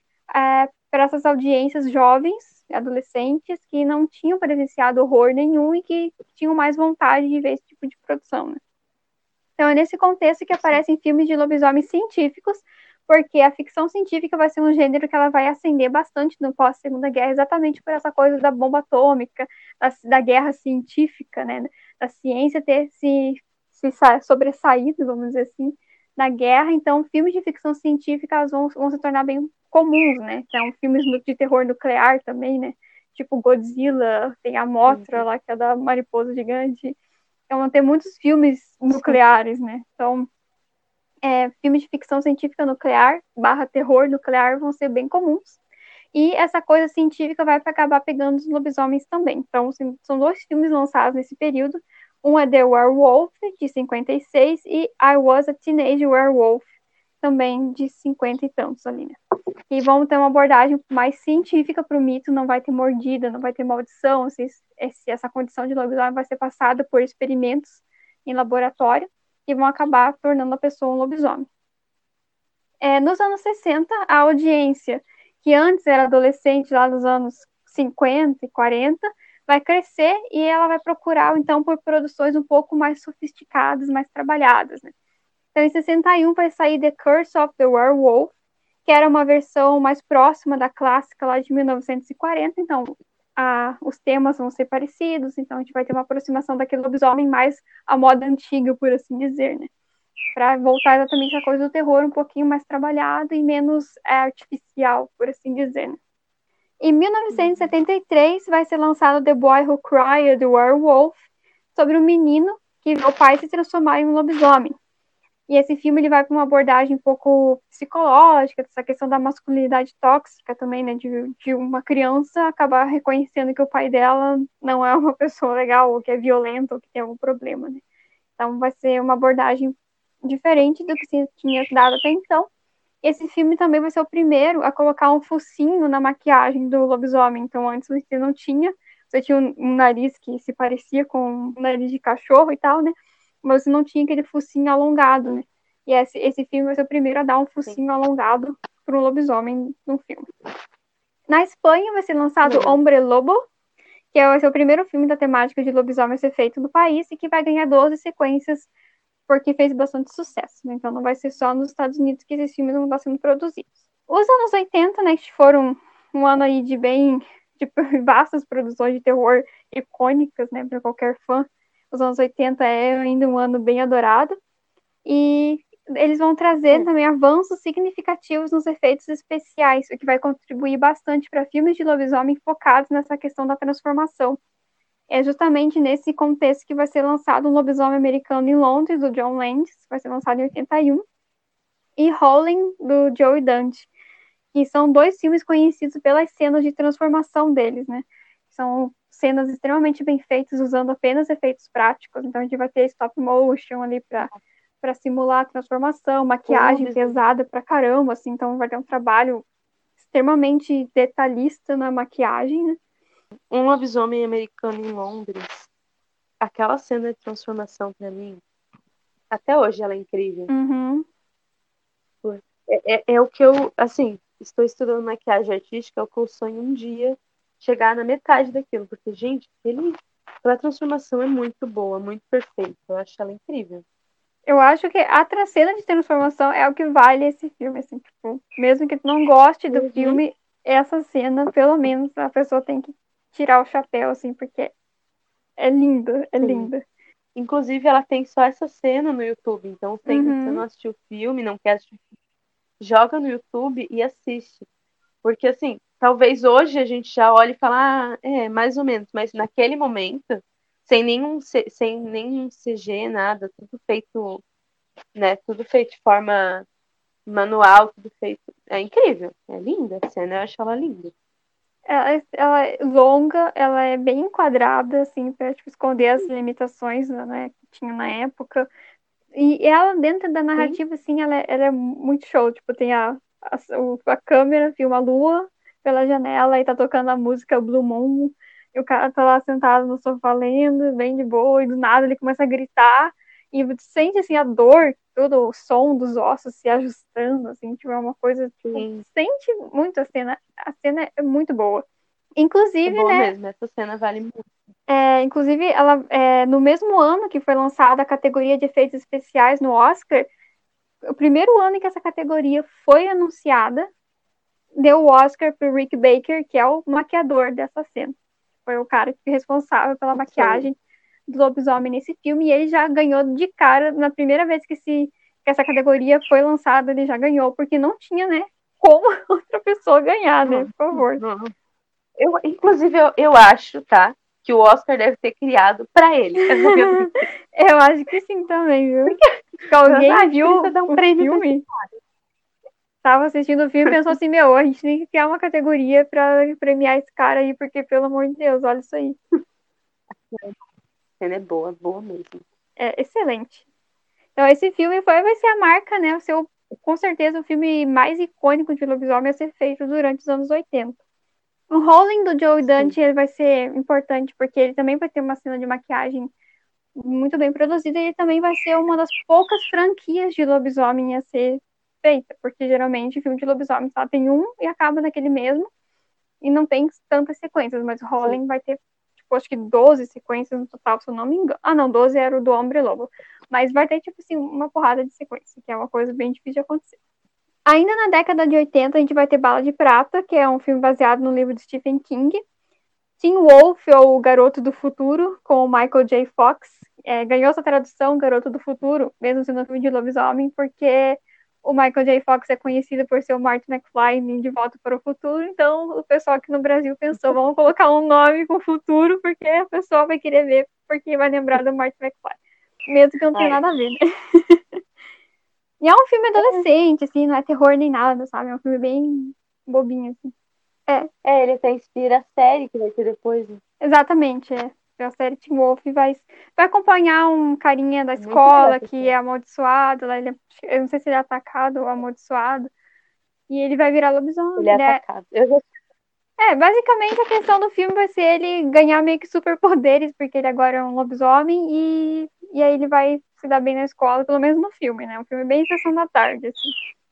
[SPEAKER 1] essas audiências jovens, adolescentes, que não tinham presenciado horror nenhum e que tinham mais vontade de ver esse tipo de produção, né? Então, é nesse contexto que aparecem filmes de lobisomens científicos, porque a ficção científica vai ser um gênero que ela vai ascender bastante no pós-Segunda Guerra, exatamente por essa coisa da bomba atômica, da guerra científica, né? Da ciência ter se sobressaído, vamos dizer assim, na guerra. Então, filmes de ficção científica vão se tornar bem comuns, né? Então, filmes de terror nuclear também, né? Tipo Godzilla, tem a Mothra lá, que é da mariposa gigante. Então, vão ter muitos filmes nucleares, né? Então, filmes de ficção científica nuclear / terror nuclear vão ser bem comuns. E essa coisa científica vai acabar pegando os lobisomens também. Então, são 2 filmes lançados nesse período. Um é The Werewolf, de 56, e I Was a Teenage Werewolf, também de 50 e tantos ali, né? E vão ter uma abordagem mais científica para o mito, não vai ter mordida, não vai ter maldição, se essa condição de lobisomem vai ser passada por experimentos em laboratório e vão acabar tornando a pessoa um lobisomem. Nos anos 60, a audiência, que antes era adolescente, lá nos anos 50 e 40, vai crescer e ela vai procurar, então, por produções um pouco mais sofisticadas, mais trabalhadas, né? Então, em 61 vai sair The Curse of the Werewolf, que era uma versão mais próxima da clássica lá de 1940, então os temas vão ser parecidos, então a gente vai ter uma aproximação daquele lobisomem mais à moda antiga, por assim dizer, né? Para voltar exatamente à coisa do terror um pouquinho mais trabalhado e menos artificial, por assim dizer, né? Em 1973 vai ser lançado The Boy Who Cried the Werewolf, sobre um menino que vê o pai se transformar em um lobisomem. E esse filme ele vai para uma abordagem um pouco psicológica, dessa questão da masculinidade tóxica também, né? De uma criança acabar reconhecendo que o pai dela não é uma pessoa legal, ou que é violento, ou que tem algum problema, né? Então vai ser uma abordagem diferente do que se tinha dado até então. Esse filme também vai ser o primeiro a colocar um focinho na maquiagem do lobisomem. Então, antes você não tinha. Você tinha um nariz que se parecia com um nariz de cachorro e tal, né? Mas você não tinha aquele focinho alongado, né? E esse filme vai ser o primeiro a dar um
[SPEAKER 2] Sim.
[SPEAKER 1] focinho alongado para um lobisomem no filme. Na Espanha vai ser lançado
[SPEAKER 2] Legal.
[SPEAKER 1] Hombre Lobo, que vai ser o primeiro filme da temática de lobisomem a ser feito no país e que vai ganhar 12 sequências porque fez bastante sucesso, né? Então não vai ser só nos Estados Unidos que esses filmes vão estar sendo produzidos. Os anos 80, né, que foram um ano aí de vastas produções de terror icônicas, né, para qualquer fã. Os anos 80 é ainda um ano bem adorado. E eles vão trazer também avanços significativos nos efeitos especiais, o que vai contribuir bastante para filmes de lobisomem focados nessa questão da transformação. É justamente nesse contexto que vai ser lançado um Lobisomem Americano em Londres, do John Landis, vai ser lançado em 81, e Howling, do Joe Dante, que são dois filmes conhecidos pelas cenas de transformação deles, né? São cenas extremamente bem feitas, usando apenas efeitos práticos. Então a gente vai ter stop motion ali para simular a transformação, maquiagem pesada pra caramba, assim, então vai ter um trabalho extremamente detalhista na maquiagem, né?
[SPEAKER 2] Um lobisomem americano em Londres. Aquela cena de transformação pra mim, até hoje ela é incrível.
[SPEAKER 1] Uhum.
[SPEAKER 2] É o que eu, assim, estou estudando maquiagem artística, é o que eu sonho um dia chegar na metade daquilo, porque, gente, aquela transformação é muito boa, muito perfeita. Eu acho ela incrível.
[SPEAKER 1] Eu acho que a cena de transformação é o que vale esse filme, assim, tipo, mesmo que tu não goste do
[SPEAKER 2] Uhum.
[SPEAKER 1] filme, essa cena, pelo menos, a pessoa tem que tirar o chapéu, assim, porque é linda, é
[SPEAKER 2] Sim.
[SPEAKER 1] linda.
[SPEAKER 2] Inclusive, ela tem só essa cena no YouTube, então você
[SPEAKER 1] Uhum.
[SPEAKER 2] não assistiu o filme, não quer assistir, joga no YouTube e assiste. Porque, assim, talvez hoje a gente já olhe e fale, mais ou menos, mas naquele momento, sem nenhum CG, nada, tudo feito, né, tudo feito de forma manual, tudo feito, é incrível, é linda a cena, eu acho ela linda.
[SPEAKER 1] Ela é longa, ela é bem enquadrada, assim, pra, tipo, esconder as limitações, né, que tinha na época. E ela, dentro da
[SPEAKER 2] Sim,
[SPEAKER 1] narrativa, assim, ela é muito show. Tipo, tem a câmera, filma a lua pela janela e tá tocando a música Blue Moon. E o cara tá lá sentado no sofá lendo, bem de boa, e do nada ele começa a gritar. E você sente, assim, a dor, todo o som dos ossos se ajustando, assim, tipo, é uma coisa, tipo,
[SPEAKER 2] sim,
[SPEAKER 1] sente muito a cena. A cena é muito boa.
[SPEAKER 2] é
[SPEAKER 1] Inclusive,
[SPEAKER 2] boa
[SPEAKER 1] né,
[SPEAKER 2] mesmo, essa cena vale muito.
[SPEAKER 1] inclusive, ela, no mesmo ano que foi lançada a categoria de efeitos especiais no Oscar, o primeiro ano em que essa categoria foi anunciada, deu o Oscar para o Rick Baker, que é o maquiador dessa cena. Foi o cara que foi responsável pela
[SPEAKER 2] Isso aí.
[SPEAKER 1] maquiagem do lobisomem nesse filme, e ele já ganhou de cara, na primeira vez que essa categoria foi lançada, ele já ganhou, porque não tinha, né, como outra pessoa ganhar, né,
[SPEAKER 2] Não,
[SPEAKER 1] por favor.
[SPEAKER 2] não. Inclusive, eu acho, tá? Que o Oscar deve ter criado pra ele.
[SPEAKER 1] Eu acho que sim também, viu?
[SPEAKER 2] Porque
[SPEAKER 1] Que
[SPEAKER 2] a
[SPEAKER 1] alguém
[SPEAKER 2] gente precisa
[SPEAKER 1] viu
[SPEAKER 2] dar um
[SPEAKER 1] o
[SPEAKER 2] prêmio pra esse.
[SPEAKER 1] filme, tava assistindo o filme e pensou assim, meu, a gente tem que criar uma categoria pra premiar esse cara aí, porque, pelo amor de Deus, olha isso aí.
[SPEAKER 2] A cena é boa, boa mesmo.
[SPEAKER 1] É excelente. Então, esse filme vai ser a marca, né? Com certeza, o filme mais icônico de lobisomem a ser feito durante os anos 80. O Howling do Joe
[SPEAKER 2] Sim,
[SPEAKER 1] Dante ele vai ser importante, porque ele também vai ter uma cena de maquiagem muito bem produzida e ele também vai ser uma das poucas franquias de lobisomem a ser feita, porque geralmente filme de lobisomem só tem um e acaba naquele mesmo e não tem tantas sequências, mas o
[SPEAKER 2] sim.
[SPEAKER 1] Howling vai ter, tipo, acho que 12 sequências no total, se eu não me engano. Ah, não, 12 era o do Homem Lobo. Mas vai ter, tipo assim, uma porrada de sequência, que é uma coisa bem difícil de acontecer. Ainda na década de 80, a gente vai ter Bala de Prata, que é um filme baseado no livro de Stephen King. Teen Wolf, ou O Garoto do Futuro, com o Michael J. Fox. Ganhou essa tradução, Garoto do Futuro, mesmo sendo um filme de lobisomem, porque o Michael J. Fox é conhecido por ser o Martin McFly em De Volta para o Futuro, então o pessoal aqui no Brasil pensou, vamos colocar um nome com futuro, porque a pessoa vai querer ver, porque vai lembrar do Martin McFly. Mesmo que não tenha
[SPEAKER 2] Ai,
[SPEAKER 1] nada a ver, né? E é um filme adolescente, assim, não é terror nem nada, sabe? É um filme bem bobinho, assim. É,
[SPEAKER 2] ele até inspira a série que vai ter depois. Né?
[SPEAKER 1] exatamente, é. A série Teen Wolf vai acompanhar um carinha da
[SPEAKER 2] É muito legal
[SPEAKER 1] escola
[SPEAKER 2] essa
[SPEAKER 1] que
[SPEAKER 2] série.
[SPEAKER 1] é amaldiçoado, lá eu não sei se ele é atacado ou amaldiçoado, E ele vai virar lobisomem.
[SPEAKER 2] Ele é atacado.
[SPEAKER 1] Basicamente a questão do filme vai ser ele ganhar meio que superpoderes, porque ele agora é um lobisomem, e aí ele vai se dar bem na escola, pelo menos no filme, né? Um filme bem sessão da tarde, assim.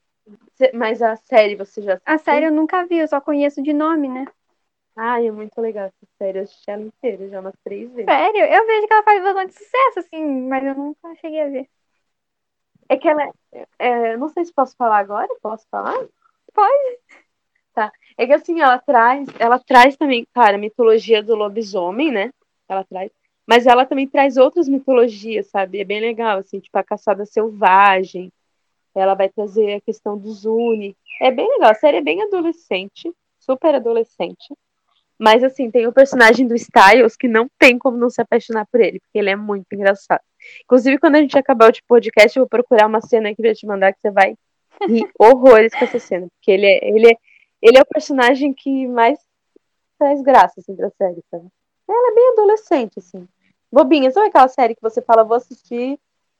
[SPEAKER 2] Mas a série você já
[SPEAKER 1] A
[SPEAKER 2] assistiu?
[SPEAKER 1] série eu nunca vi, eu só conheço de nome, né?
[SPEAKER 2] Ai, é muito legal essa série. Eu assisti ela inteira já umas 3 vezes.
[SPEAKER 1] Sério? Eu vejo que ela faz bastante sucesso, assim, mas eu nunca cheguei a ver.
[SPEAKER 2] É que ela não sei se posso falar agora. Posso falar?
[SPEAKER 1] Pode?
[SPEAKER 2] Tá. É que assim, ela traz também, cara, a mitologia do lobisomem, né? Ela traz. Mas ela também traz outras mitologias, sabe? É bem legal, assim, tipo a caçada selvagem. Ela vai trazer a questão do Zuni. É bem legal. A série é bem adolescente, super adolescente. Mas, assim, tem o personagem do Styles que não tem como não se apaixonar por ele, porque ele é muito engraçado. Inclusive, quando a gente acabar o podcast, eu vou procurar uma cena aqui pra te mandar que você vai rir horrores com essa cena. Porque ele é o personagem que mais traz graça, assim, pra série, sabe? Ela é bem adolescente, assim. Bobinha. Sabe aquela série que você fala, vou assistir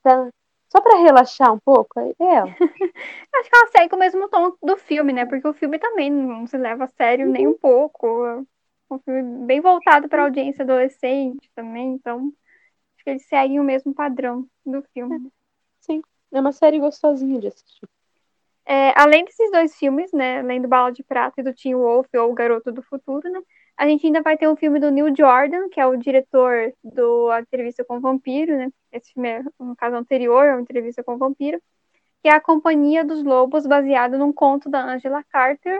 [SPEAKER 2] só pra relaxar um pouco? É ela.
[SPEAKER 1] Acho que ela segue o mesmo tom do filme, né? Porque o filme também não se leva a sério nem um pouco. É um filme bem voltado para audiência adolescente também, então acho que eles seguem o mesmo padrão do filme.
[SPEAKER 2] Sim. É uma série gostosinha de assistir.
[SPEAKER 1] Além desses dois filmes, né? Além do Bala de Prata e do Teen Wolf ou O Garoto do Futuro, né? A gente ainda vai ter um filme do Neil Jordan, que é o diretor do A Entrevista com o Vampiro, né? Esse filme é um caso anterior, a Entrevista com o Vampiro, que é A Companhia dos Lobos, baseado num conto da Angela Carter,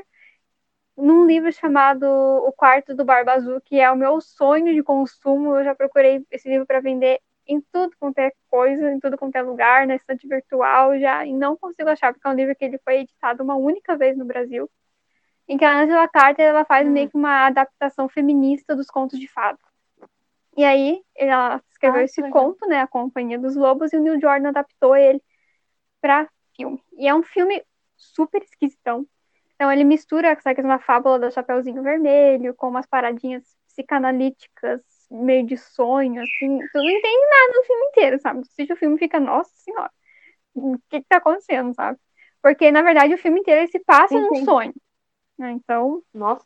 [SPEAKER 1] num livro chamado O Quarto do Barba Azul, que é o meu sonho de consumo. Eu já procurei esse livro para vender em tudo quanto é coisa, em tudo quanto é lugar, na estante virtual já, e não consigo achar, porque é um livro que ele foi editado uma única vez no Brasil, em que a Angela Carter ela faz meio que uma adaptação feminista dos contos de fadas. E aí ela escreveu esse conto, né, A Companhia dos Lobos, e o Neil Jordan adaptou ele para filme. E é um filme super esquisitão. Então ele mistura essa questão da fábula do Chapeuzinho Vermelho com umas paradinhas psicanalíticas, meio de sonho, assim. Tu não entende nada do filme inteiro, sabe? Tu assiste o filme e fica, nossa senhora, o que que tá acontecendo, sabe? Porque, na verdade, o filme inteiro ele se passa num
[SPEAKER 2] Entendi.
[SPEAKER 1] sonho, né? Então,
[SPEAKER 2] Nossa.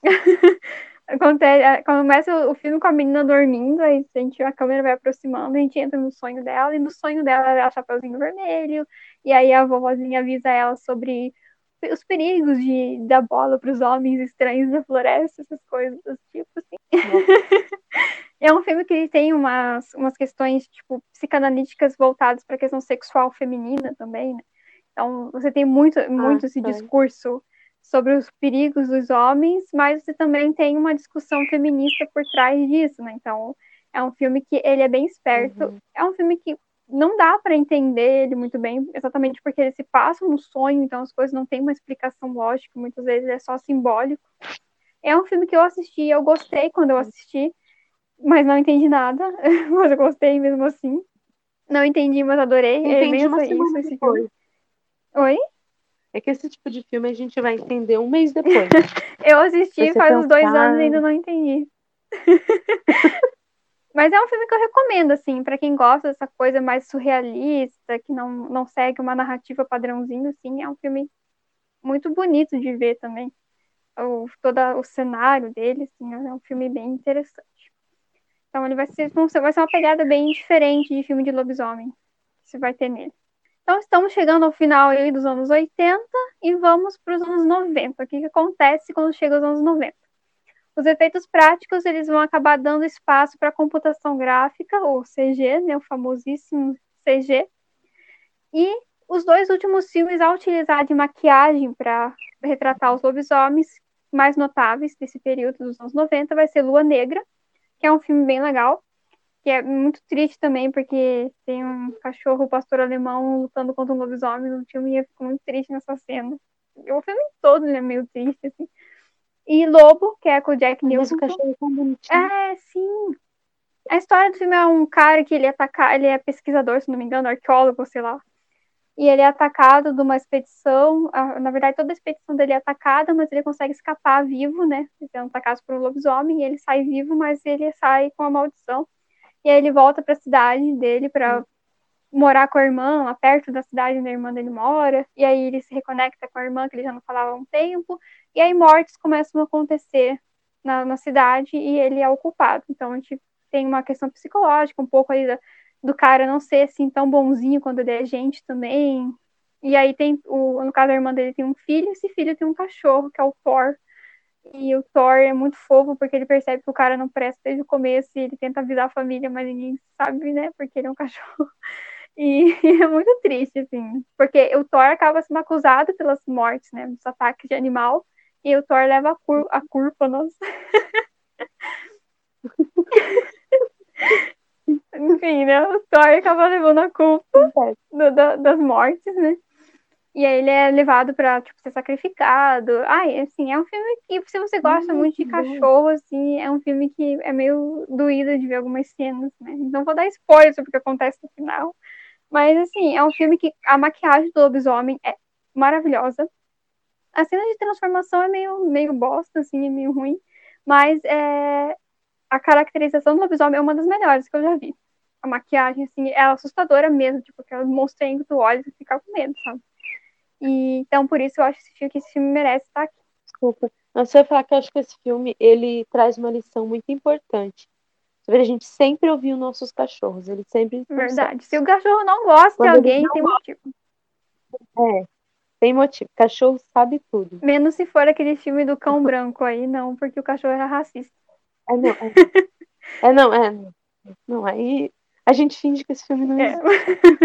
[SPEAKER 1] começa o filme com a menina dormindo, aí a câmera vai aproximando, a gente entra no sonho dela, e no sonho dela é o Chapeuzinho Vermelho, e aí a vovozinha avisa ela sobre os perigos de dar bola para os homens estranhos da floresta, essas coisas do tipo, assim. É um filme que tem umas questões, tipo, psicanalíticas voltadas para a questão sexual feminina também, né? Então, você tem muito esse discurso sobre os perigos dos homens, mas você também tem uma discussão feminista por trás disso, né? Então, é um filme que ele é bem esperto.
[SPEAKER 2] Uhum.
[SPEAKER 1] É um filme que não dá para entender ele muito bem, exatamente porque ele se passa no sonho, então as coisas não têm uma explicação lógica, muitas vezes é só simbólico. É um filme que eu assisti, eu gostei quando eu assisti, mas não entendi nada, mas eu gostei mesmo assim. Não entendi, mas adorei. É bem
[SPEAKER 2] Entendi uma
[SPEAKER 1] isso,
[SPEAKER 2] semana
[SPEAKER 1] esse filme.
[SPEAKER 2] depois.
[SPEAKER 1] Oi?
[SPEAKER 2] É que esse tipo de filme a gente vai entender um mês depois.
[SPEAKER 1] Eu assisti
[SPEAKER 2] Você
[SPEAKER 1] faz uns 2 anos e
[SPEAKER 2] pensar.
[SPEAKER 1] ainda não entendi. Mas é um filme que eu recomendo, assim, para quem gosta dessa coisa mais surrealista, que não segue uma narrativa padrãozinho, assim, é um filme muito bonito de ver também. Todo o cenário dele, assim, é um filme bem interessante. Então ele vai ser uma pegada bem diferente de filme de lobisomem que você vai ter nele. Então estamos chegando ao final aí dos anos 80 e vamos para os anos 90. O que acontece quando chega os anos 90? Os efeitos práticos eles vão acabar dando espaço para a computação gráfica, ou CG, né, o famosíssimo CG. E os dois últimos filmes a utilizar de maquiagem para retratar os lobisomens mais notáveis desse período dos anos 90 vai ser Lua Negra, que é um filme bem legal, que é muito triste também, porque tem um cachorro pastor alemão lutando contra um lobisomem no filme e eu fico muito triste nessa cena. O filme todo é meio triste, assim. E Lobo, que é com o Jack
[SPEAKER 2] Mas o
[SPEAKER 1] Nicholson.
[SPEAKER 2] cachorro é tão bonitinho.
[SPEAKER 1] Sim. A história do filme é um cara que ele é pesquisador, se não me engano, arqueólogo, sei lá. E ele é atacado de uma expedição. Na verdade, toda a expedição dele é atacada, mas ele consegue escapar vivo, né? Sendo atacado por um lobisomem, e ele sai vivo, mas ele sai com a maldição. E aí ele volta para a cidade dele para morar com a irmã, lá perto da cidade onde a irmã dele mora, e aí ele se reconecta com a irmã, que ele já não falava há um tempo, e aí mortes começam a acontecer na cidade e ele é o culpado. Então a gente tem uma questão psicológica, um pouco aí do cara não ser assim tão bonzinho quando ele é gente também. E aí no caso da irmã dele tem um filho, e esse filho tem um cachorro, que é o Thor. E o Thor é muito fofo porque ele percebe que o cara não presta desde o começo e ele tenta avisar a família, mas ninguém sabe, né? Porque ele é um cachorro. E é muito triste, assim. Porque o Thor acaba sendo acusado pelas mortes, né? Dos ataques de animal. E o Thor leva a culpa, nossa. Enfim, né? O Thor acaba levando a culpa das mortes, né? E aí ele é levado pra, tipo, ser sacrificado. Ai, assim, é um filme que, se você gosta muito de cachorro, assim, é um filme que é meio doído de ver algumas cenas, né? Não vou dar spoiler sobre o que acontece no final. Mas, assim, é um filme que a maquiagem do lobisomem é maravilhosa. A cena de transformação é meio bosta, assim, é meio ruim. Mas a caracterização do lobisomem é uma das melhores que eu já vi. A maquiagem, assim, é assustadora mesmo. Tipo, aquele monstrinho que tu olha e fica com medo, sabe? E, então, por isso, eu acho que esse filme merece estar aqui.
[SPEAKER 2] Desculpa. Não, você vai falar que eu acho que esse filme, ele traz uma lição muito importante. Sobre a gente sempre ouvir os nossos cachorros. Eles sempre estão
[SPEAKER 1] Verdade. Se
[SPEAKER 2] certos.
[SPEAKER 1] o cachorro não gosta de
[SPEAKER 2] Quando eles
[SPEAKER 1] alguém,
[SPEAKER 2] não
[SPEAKER 1] tem motivo.
[SPEAKER 2] é, tem motivo. Cachorro sabe tudo.
[SPEAKER 1] Menos se for aquele filme do cão branco aí, não, porque o cachorro era racista.
[SPEAKER 2] É, não, não, não, aí a gente finge que esse filme não
[SPEAKER 1] É.
[SPEAKER 2] existe.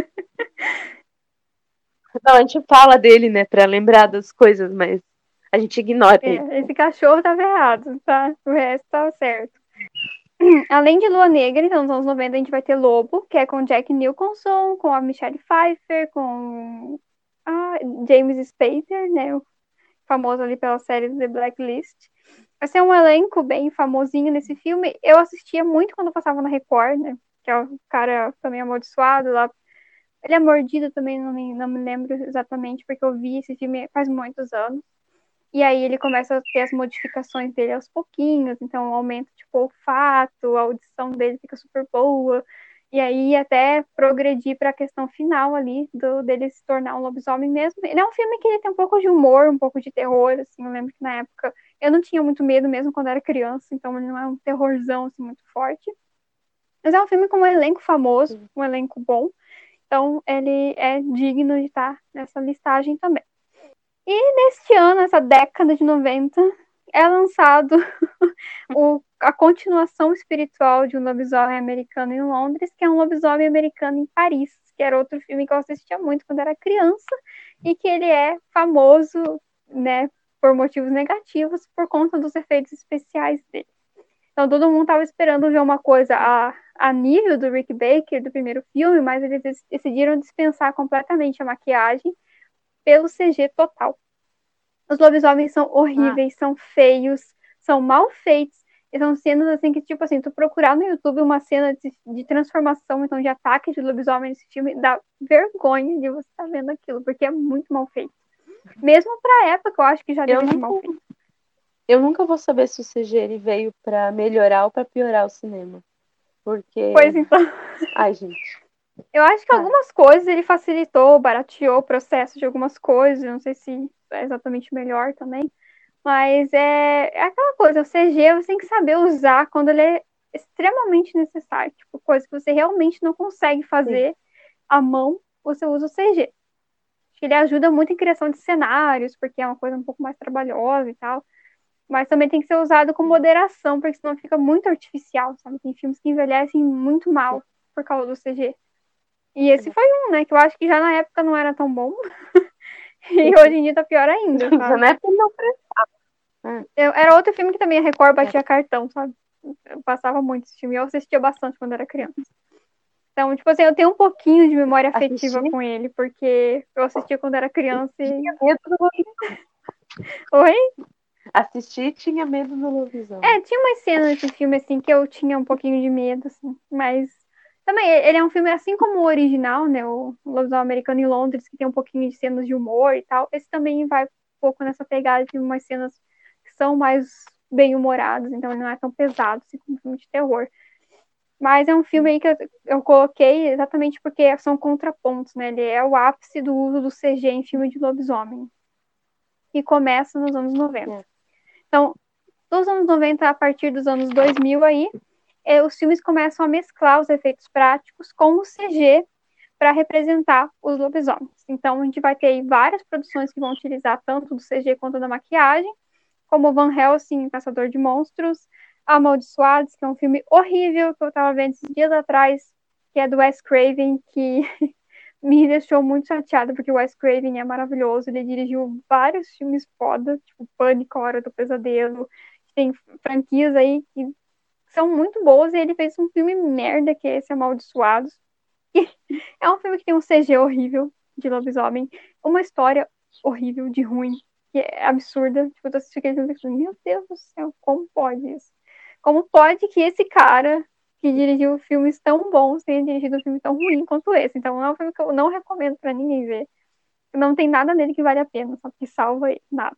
[SPEAKER 2] Não, a gente fala dele, né, pra lembrar das coisas, mas a gente ignora ele.
[SPEAKER 1] Esse cachorro tava errado, tá? O resto tá certo. Além de Lua Negra, então nos anos 90 a gente vai ter Lobo, que é com Jack Nicholson, com a Michelle Pfeiffer, com a James Spader, né? O famoso ali pela série The Blacklist. Vai ser um elenco bem famosinho nesse filme. Eu assistia muito quando passava na Record, né? Que é o cara também amaldiçoado lá. Ele é mordido também, não me lembro exatamente, porque eu vi esse filme faz muitos anos. E aí ele começa a ter as modificações dele aos pouquinhos, então aumenta tipo o olfato, a audição dele fica super boa. E aí até progredir para a questão final ali dele se tornar um lobisomem mesmo. Ele é um filme que ele tem um pouco de humor, um pouco de terror, assim. Eu lembro que na época eu não tinha muito medo mesmo quando era criança, então ele não é um terrorzão assim muito forte. Mas é um filme com um elenco famoso, um elenco bom. Então ele é digno de estar nessa listagem também. E neste ano, essa década de 90, é lançado a continuação espiritual de um lobisomem americano em Londres, que é um lobisomem americano em Paris, que era outro filme que eu assistia muito quando era criança, e que ele é famoso, né, por motivos negativos, por conta dos efeitos especiais dele. Então todo mundo estava esperando ver uma coisa a nível do Rick Baker, do primeiro filme, mas eles decidiram dispensar completamente a maquiagem pelo CG total. Os lobisomens são horríveis, são feios, são mal feitos. E são cenas assim que, tipo assim, tu procurar no YouTube uma cena de transformação, então de ataque de lobisomem nesse filme, dá vergonha de você estar vendo aquilo, porque é muito mal feito. Mesmo pra época, eu acho que já deve ser mal feito.
[SPEAKER 2] Eu nunca vou saber se o CG ele veio pra melhorar ou pra piorar o cinema. Porque.
[SPEAKER 1] Pois então.
[SPEAKER 2] Ai, gente.
[SPEAKER 1] Eu acho que algumas coisas ele facilitou, barateou o processo de algumas coisas, não sei se é exatamente melhor também. Mas é aquela coisa, o CG você tem que saber usar quando ele é extremamente necessário. Tipo, coisa que você realmente não consegue fazer à mão, você usa o CG. Acho que ele ajuda muito em criação de cenários, porque é uma coisa um pouco mais trabalhosa e tal. Mas também tem que ser usado com moderação, porque senão fica muito artificial, sabe? Tem filmes que envelhecem muito mal por causa do CG. E esse foi um, né? Que eu acho que já na época não era tão bom. E hoje em dia tá pior ainda, sabe?
[SPEAKER 2] Na época não
[SPEAKER 1] Era outro filme que também a Record batia cartão, sabe? Eu passava muito esse filme. Eu assistia bastante quando era criança. Então, tipo assim, eu tenho um pouquinho de memória afetiva com ele, porque eu assistia quando era criança e.
[SPEAKER 2] Tinha medo do lobisomem.
[SPEAKER 1] Oi?
[SPEAKER 2] Assistir tinha medo do lobisomem.
[SPEAKER 1] Tinha umas cenas desse filme, assim, que eu tinha um pouquinho de medo, assim. Mas. Também, ele é um filme assim como o original, né? O Lobisomem Americano em Londres, que tem um pouquinho de cenas de humor e tal. Esse também vai um pouco nessa pegada de umas cenas que são mais bem-humoradas, então ele não é tão pesado assim como um filme de terror. Mas é um filme aí que eu coloquei exatamente porque são contrapontos, né? Ele é o ápice do uso do CG em filme de lobisomem. E começa nos anos 90. Então, dos anos 90 a partir dos anos 2000 aí, os filmes começam a mesclar os efeitos práticos com o CG para representar os lobisomens. Então, a gente vai ter várias produções que vão utilizar tanto do CG quanto da maquiagem, como Van Helsing, Caçador de Monstros, Amaldiçoados, que é um filme horrível que eu estava vendo esses dias atrás, que é do Wes Craven, que me deixou muito chateada, porque o Wes Craven é maravilhoso, ele dirigiu vários filmes foda, tipo Pânico, A Hora do Pesadelo, tem franquias aí que são muito boas, e ele fez um filme merda, que é esse Amaldiçoados. É um filme que tem um CG horrível de lobisomem, uma história horrível de ruim, que é absurda. Tipo, eu tô assistindo aquele filme e falando, meu Deus do céu, como pode isso? Como pode que esse cara que dirigiu filmes tão bons tenha dirigido um filme tão ruim quanto esse? Então é um filme que eu não recomendo pra ninguém ver. Não tem nada nele que vale a pena, só que salva nada.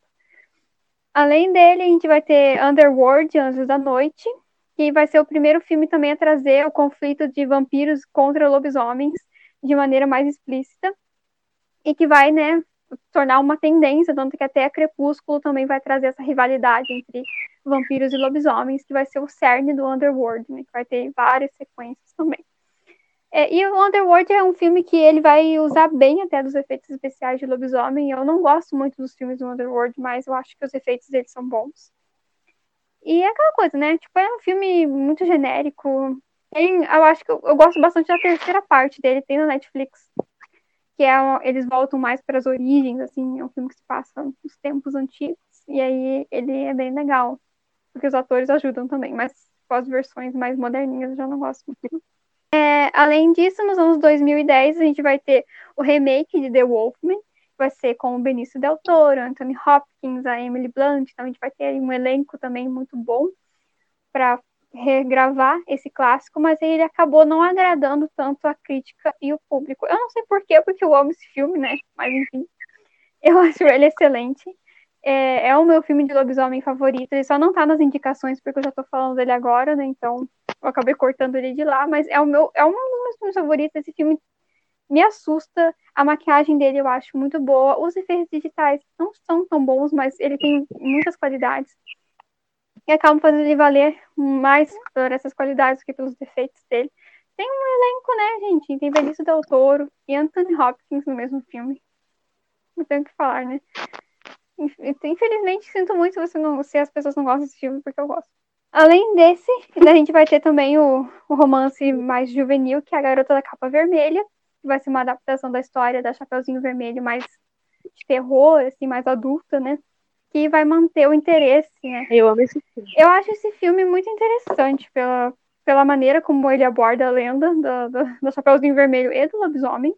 [SPEAKER 1] Além dele, a gente vai ter Underworld, Anjos da Noite, que vai ser o primeiro filme também a trazer o conflito de vampiros contra lobisomens de maneira mais explícita e que vai, né, tornar uma tendência, tanto que até a Crepúsculo também vai trazer essa rivalidade entre vampiros e lobisomens, que vai ser o cerne do Underworld, né, que vai ter várias sequências também. E o Underworld é um filme que ele vai usar bem até dos efeitos especiais de lobisomem. Eu não gosto muito dos filmes do Underworld, mas eu acho que os efeitos deles são bons. E é aquela coisa, né? Tipo, é um filme muito genérico. Eu acho que eu gosto bastante da terceira parte dele, tem na Netflix. Que eles voltam mais para as origens, assim, é um filme que se passa nos tempos antigos. E aí ele é bem legal. Porque os atores ajudam também, mas com as versões mais moderninhas eu já não gosto muito. Além disso, nos anos 2010, a gente vai ter o remake de The Wolfman, que vai ser com o Benício Del Toro, Anthony Hopkins, a Emily Blunt. Então a gente vai ter um elenco também muito bom para regravar esse clássico, mas ele acabou não agradando tanto a crítica e o público. Eu não sei porquê, porque eu amo esse filme, né? Mas enfim, eu acho ele excelente. É o meu filme de lobisomem favorito. Ele só não tá nas indicações porque eu já tô falando dele agora, né? Então eu acabei cortando ele de lá, mas é um dos meus filmes favoritos. Esse filme me assusta. A maquiagem dele eu acho muito boa. Os efeitos digitais não são tão bons, mas ele tem muitas qualidades. E acabam fazendo ele valer mais por essas qualidades do que pelos defeitos dele. Tem um elenco, né, gente? Tem Benício Del Toro e Anthony Hopkins no mesmo filme. Não tenho o que falar, né? Infelizmente, sinto muito se as pessoas não gostam desse filme, porque eu gosto. Além desse, a gente vai ter também o romance mais juvenil, que é A Garota da Capa Vermelha, que vai ser uma adaptação da história da Chapeuzinho Vermelho, mais de terror, assim, mais adulta, né? Que vai manter o interesse, né?
[SPEAKER 2] Eu amo esse filme.
[SPEAKER 1] Eu acho esse filme muito interessante pela maneira como ele aborda a lenda do Chapeuzinho Vermelho e do lobisomem.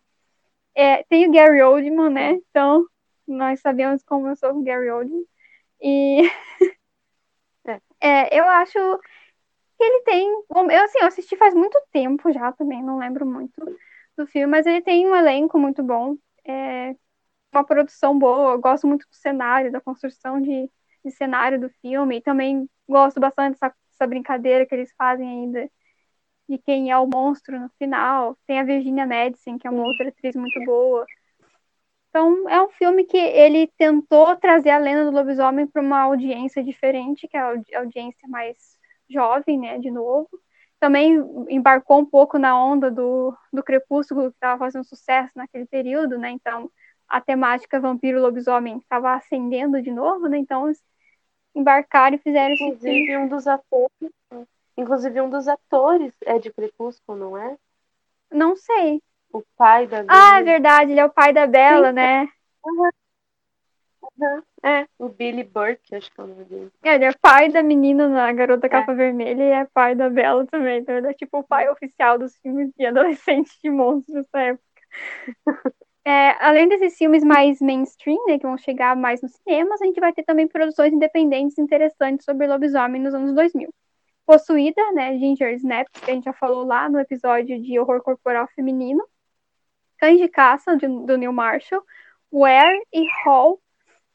[SPEAKER 1] Tem o Gary Oldman, né? Então, nós sabemos como eu sou o Gary Oldman. E eu acho que ele tem... eu assisti faz muito tempo já também, não lembro muito do filme, mas ele tem um elenco muito bom, uma produção boa, eu gosto muito do cenário, da construção de cenário do filme, e também gosto bastante dessa brincadeira que eles fazem ainda de quem é o monstro no final. Tem a Virginia Madsen, que é uma outra atriz muito boa. Então, é um filme que ele tentou trazer a lenda do lobisomem para uma audiência diferente, que é a audiência mais jovem, né, de novo. Também embarcou um pouco na onda do Crepúsculo, que estava fazendo sucesso naquele período, né, então a temática vampiro-lobisomem estava ascendendo de novo, né, então eles embarcaram e fizeram esse filme.
[SPEAKER 2] Inclusive, um dos atores é de Crepúsculo, não é?
[SPEAKER 1] Não sei.
[SPEAKER 2] O pai da
[SPEAKER 1] Bella. É verdade, ele é o pai da Bella, né?
[SPEAKER 2] O Billy Burke, acho que é o nome dele.
[SPEAKER 1] Ele é pai da menina na Garota Capa Vermelha e é pai da Bella também. Então ele é tipo o pai oficial dos filmes de adolescentes de monstros da época. Além desses filmes mais mainstream, né, que vão chegar mais nos cinemas, a gente vai ter também produções independentes interessantes sobre lobisomem nos anos 2000. Possuída, né, Ginger Snaps, que a gente já falou lá no episódio de horror corporal feminino. Cães de Caça, do Neil Marshall. Where e Hall,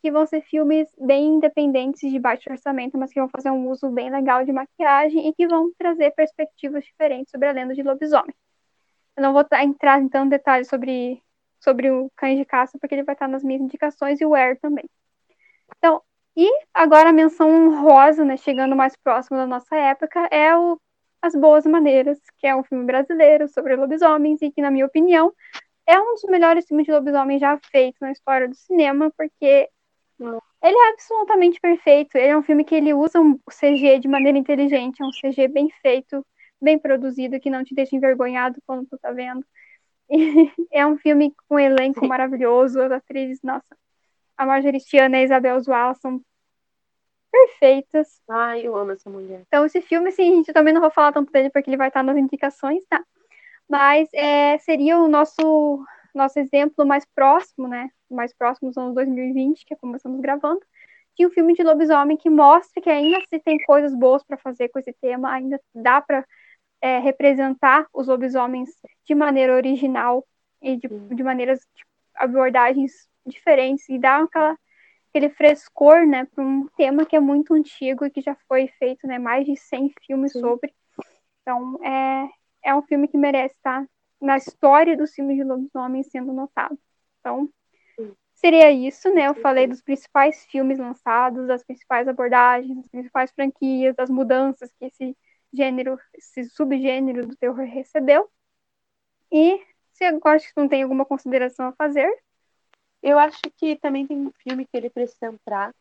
[SPEAKER 1] que vão ser filmes bem independentes, de baixo orçamento, mas que vão fazer um uso bem legal de maquiagem e que vão trazer perspectivas diferentes sobre a lenda de lobisomem. Eu não vou entrar em tanto detalhe sobre o Cães de Caça, porque ele vai estar nas minhas indicações e o Air também. Então, e agora a menção honrosa, né, chegando mais próximo da nossa época, é o As Boas Maneiras, que é um filme brasileiro sobre lobisomens e que, na minha opinião, é um dos melhores filmes de lobisomem já feitos na história do cinema, porque ele é absolutamente perfeito. Ele é um filme que ele usa o CG de maneira inteligente, é um CG bem feito, bem produzido, que não te deixa envergonhado quando tu tá vendo. E é um filme com um elenco maravilhoso, as atrizes, nossa, a Marjorie Chiana e a Isabel Zoala são perfeitas.
[SPEAKER 2] Ai, eu amo essa mulher.
[SPEAKER 1] Então, esse filme, assim, a gente também não vou falar tanto dele porque ele vai estar nas indicações, tá? Mas seria o nosso exemplo mais próximo, né? Mais próximo dos anos 2020, que é como estamos gravando, de um filme de lobisomem que mostra que ainda se tem coisas boas para fazer com esse tema, ainda dá para representar os lobisomens de maneira original e de maneiras, de abordagens diferentes e dar aquele frescor, né, para um tema que é muito antigo e que já foi feito, né, mais de 100 filmes
[SPEAKER 2] Sim.
[SPEAKER 1] sobre. Então, é um filme que merece estar na história dos filmes de lobisomem sendo notado. Então, seria isso, né? Eu falei dos principais filmes lançados, das principais abordagens, das principais franquias, das mudanças que esse gênero, esse subgênero do terror recebeu. E se agora acho que não tem alguma consideração a fazer.
[SPEAKER 2] Eu acho que também tem um filme que ele precisa entrar.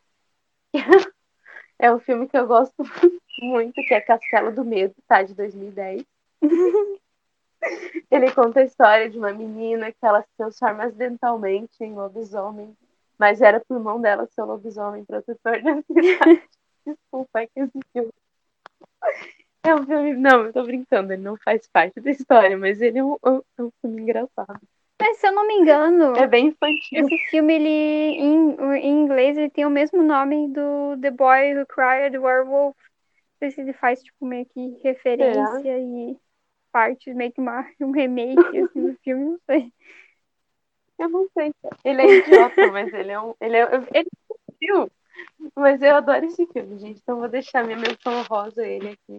[SPEAKER 2] É um filme que eu gosto muito, que é Castelo do Medo, tá? De 2010. Ele conta a história de uma menina que ela se transforma acidentalmente em lobisomem, mas era pro irmão dela ser o lobisomem protetor da cidade. Desculpa, é que esse filme... É um filme... Não, eu tô brincando, ele não faz parte da história, mas ele é um filme engraçado.
[SPEAKER 1] Mas se eu não me engano,
[SPEAKER 2] é bem infantil.
[SPEAKER 1] Esse filme, ele, em inglês, ele tem o mesmo nome do The Boy Who Cried Werewolf. Não sei se ele faz, tipo, meio que
[SPEAKER 2] Será?
[SPEAKER 1] referência e parte, meio que um remake, assim, do filme, não sei.
[SPEAKER 2] Eu não sei. Ele é idiota, mas ele é um... Ele é infantil. Mas eu adoro esse filme, gente. Então vou deixar minha menção rosa a ele aqui.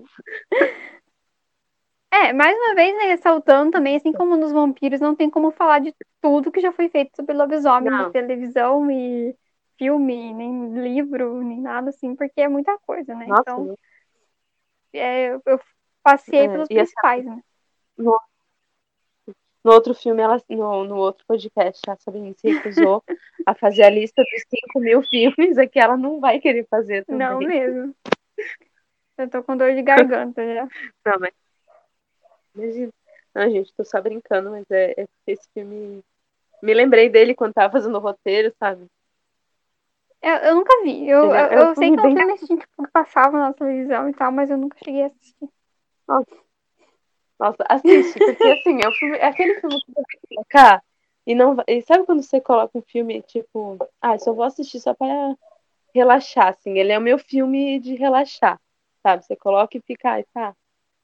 [SPEAKER 1] Mais uma vez, né, ressaltando também, assim como nos vampiros, não tem como falar de tudo que já foi feito sobre lobisomem na
[SPEAKER 2] Não.
[SPEAKER 1] televisão e filme, nem livro, nem nada assim, porque é muita coisa, né?
[SPEAKER 2] Nossa,
[SPEAKER 1] Então, eu passei pelos
[SPEAKER 2] e assim,
[SPEAKER 1] principais, né?
[SPEAKER 2] no outro filme, no outro podcast, a Sabrina se recusou a fazer a lista dos 5.000 filmes, é que ela não vai querer fazer
[SPEAKER 1] Não
[SPEAKER 2] também.
[SPEAKER 1] mesmo. Eu tô com dor de garganta já.
[SPEAKER 2] Não, mas imagina. Não, gente, tô só brincando, mas esse filme. Me lembrei dele quando tava fazendo o roteiro, sabe?
[SPEAKER 1] Eu nunca vi. Eu,
[SPEAKER 2] Ele
[SPEAKER 1] eu,
[SPEAKER 2] é um
[SPEAKER 1] eu sei
[SPEAKER 2] filme
[SPEAKER 1] que é um
[SPEAKER 2] bem.
[SPEAKER 1] filme assim, tipo, que passava na televisão e tal, mas eu nunca cheguei a assistir.
[SPEAKER 2] Nossa, assiste, porque assim, é aquele filme que você vai colocar e não vai. E sabe quando você coloca um filme, tipo, eu só vou assistir só pra relaxar, assim. Ele é o meu filme de relaxar, sabe? Você coloca e fica, tá.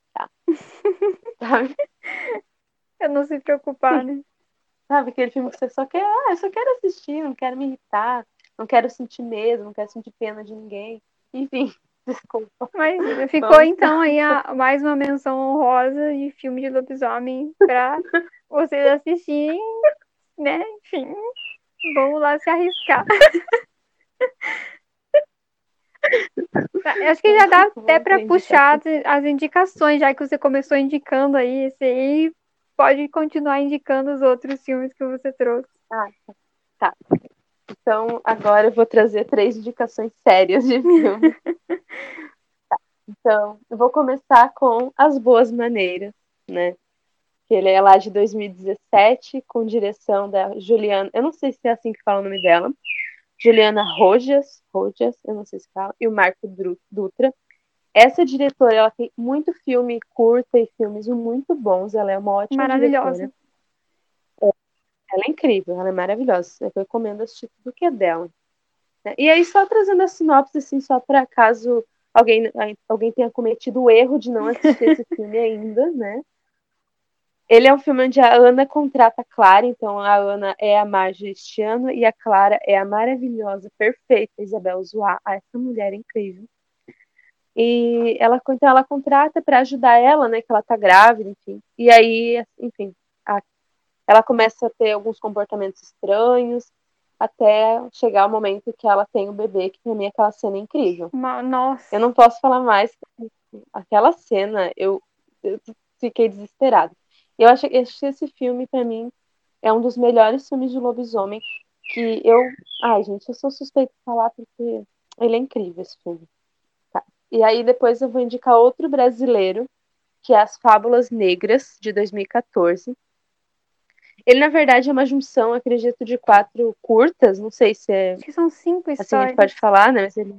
[SPEAKER 2] Sabe?
[SPEAKER 1] Eu não se preocupar, né?
[SPEAKER 2] Sabe? Aquele filme que você só quer, eu só quero assistir, não quero me irritar, não quero sentir medo, não quero sentir pena de ninguém. Enfim, desculpa.
[SPEAKER 1] Mas ficou
[SPEAKER 2] Vamos
[SPEAKER 1] então aí mais uma menção honrosa de filme de lobisomem pra vocês assistirem, né? Enfim, vamos lá se arriscar. Tá, eu acho que já dá até
[SPEAKER 2] Vamos
[SPEAKER 1] pra
[SPEAKER 2] pra indicação.
[SPEAKER 1] puxar as indicações, já que você começou indicando aí esse aí, pode continuar indicando os outros filmes que você trouxe.
[SPEAKER 2] Tá. Então, agora eu vou trazer 3 indicações sérias de filme. Então, eu vou começar com As Boas Maneiras, né? Que ele é lá de 2017, com direção da Juliana. Eu não sei se é assim que fala o nome dela. Juliana Rojas, eu não sei se fala, e o Marco Dutra. Essa diretora, ela tem muito filme curta e filmes muito bons. Ela é uma ótima
[SPEAKER 1] Maravilhosa.
[SPEAKER 2] diretora. Ela é incrível, ela é maravilhosa. Eu recomendo assistir tudo que é dela. Né? E aí, só trazendo a sinopse, assim, só para caso alguém tenha cometido o erro de não assistir esse filme ainda, né? Ele é um filme onde a Ana contrata a Clara, então a Ana é a Marge este ano e a Clara é a maravilhosa, perfeita Isabel Zoá. Ah, essa mulher é incrível. E então ela contrata para ajudar ela, né, que ela tá grávida, enfim. E aí, enfim, ela começa a ter alguns comportamentos estranhos, até chegar o momento que ela tem o bebê, que pra mim aquela cena é incrível.
[SPEAKER 1] Nossa.
[SPEAKER 2] Eu não posso falar mais. Aquela cena, eu fiquei desesperada. Eu acho que esse filme, pra mim, é um dos melhores filmes de lobisomem que eu... Ai, gente, eu sou suspeita de falar porque ele é incrível, esse filme. Tá. E aí depois eu vou indicar outro brasileiro, que é As Fábulas Negras, de 2014. Ele, na verdade, é uma junção, acredito, de 4 curtas. Não sei se é
[SPEAKER 1] Acho que são 5
[SPEAKER 2] assim a gente
[SPEAKER 1] histórias.
[SPEAKER 2] pode falar, né? Mas ele...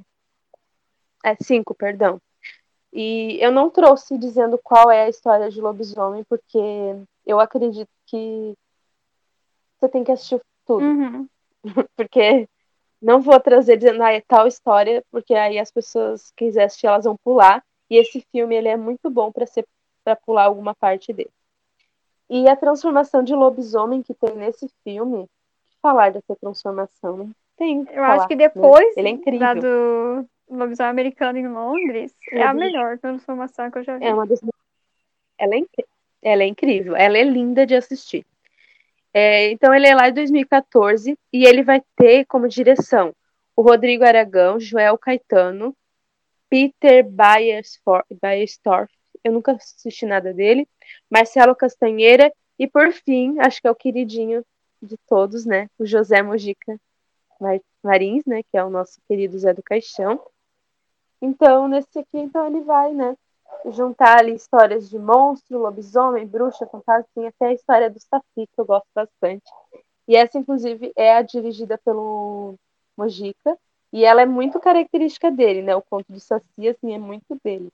[SPEAKER 2] É 5, perdão. E eu não trouxe dizendo qual é a história de lobisomem, porque eu acredito que você tem que assistir tudo.
[SPEAKER 1] Uhum.
[SPEAKER 2] Porque não vou trazer dizendo, é tal história, porque aí as pessoas que quiserem assistir, elas vão pular. E esse filme, ele é muito bom para pular alguma parte dele. E a transformação de lobisomem que tem nesse filme, falar dessa transformação, não tem o que
[SPEAKER 1] Eu acho
[SPEAKER 2] falar,
[SPEAKER 1] que
[SPEAKER 2] né?
[SPEAKER 1] depois
[SPEAKER 2] Ele é
[SPEAKER 1] da
[SPEAKER 2] incrível.
[SPEAKER 1] do Lobisomem Americano em Londres, é a melhor transformação que eu já
[SPEAKER 2] É
[SPEAKER 1] vi.
[SPEAKER 2] uma das... ela, ela é incrível, ela é linda de assistir. Então ele é lá de 2014 e ele vai ter como direção o Rodrigo Aragão, Joel Caetano, Peter Bayersdorf, eu nunca assisti nada dele, Marcelo Castanheira e por fim, acho que é o queridinho de todos, né? O José Mojica Marins, né? Que é o nosso querido Zé do Caixão. Então, nesse aqui, então ele vai, né? Juntar ali histórias de monstro, lobisomem, bruxa, fantasma, até a história do Saci, que eu gosto bastante. E essa, inclusive, é a dirigida pelo Mojica. E ela é muito característica dele, né? O conto do Saci, assim, é muito dele.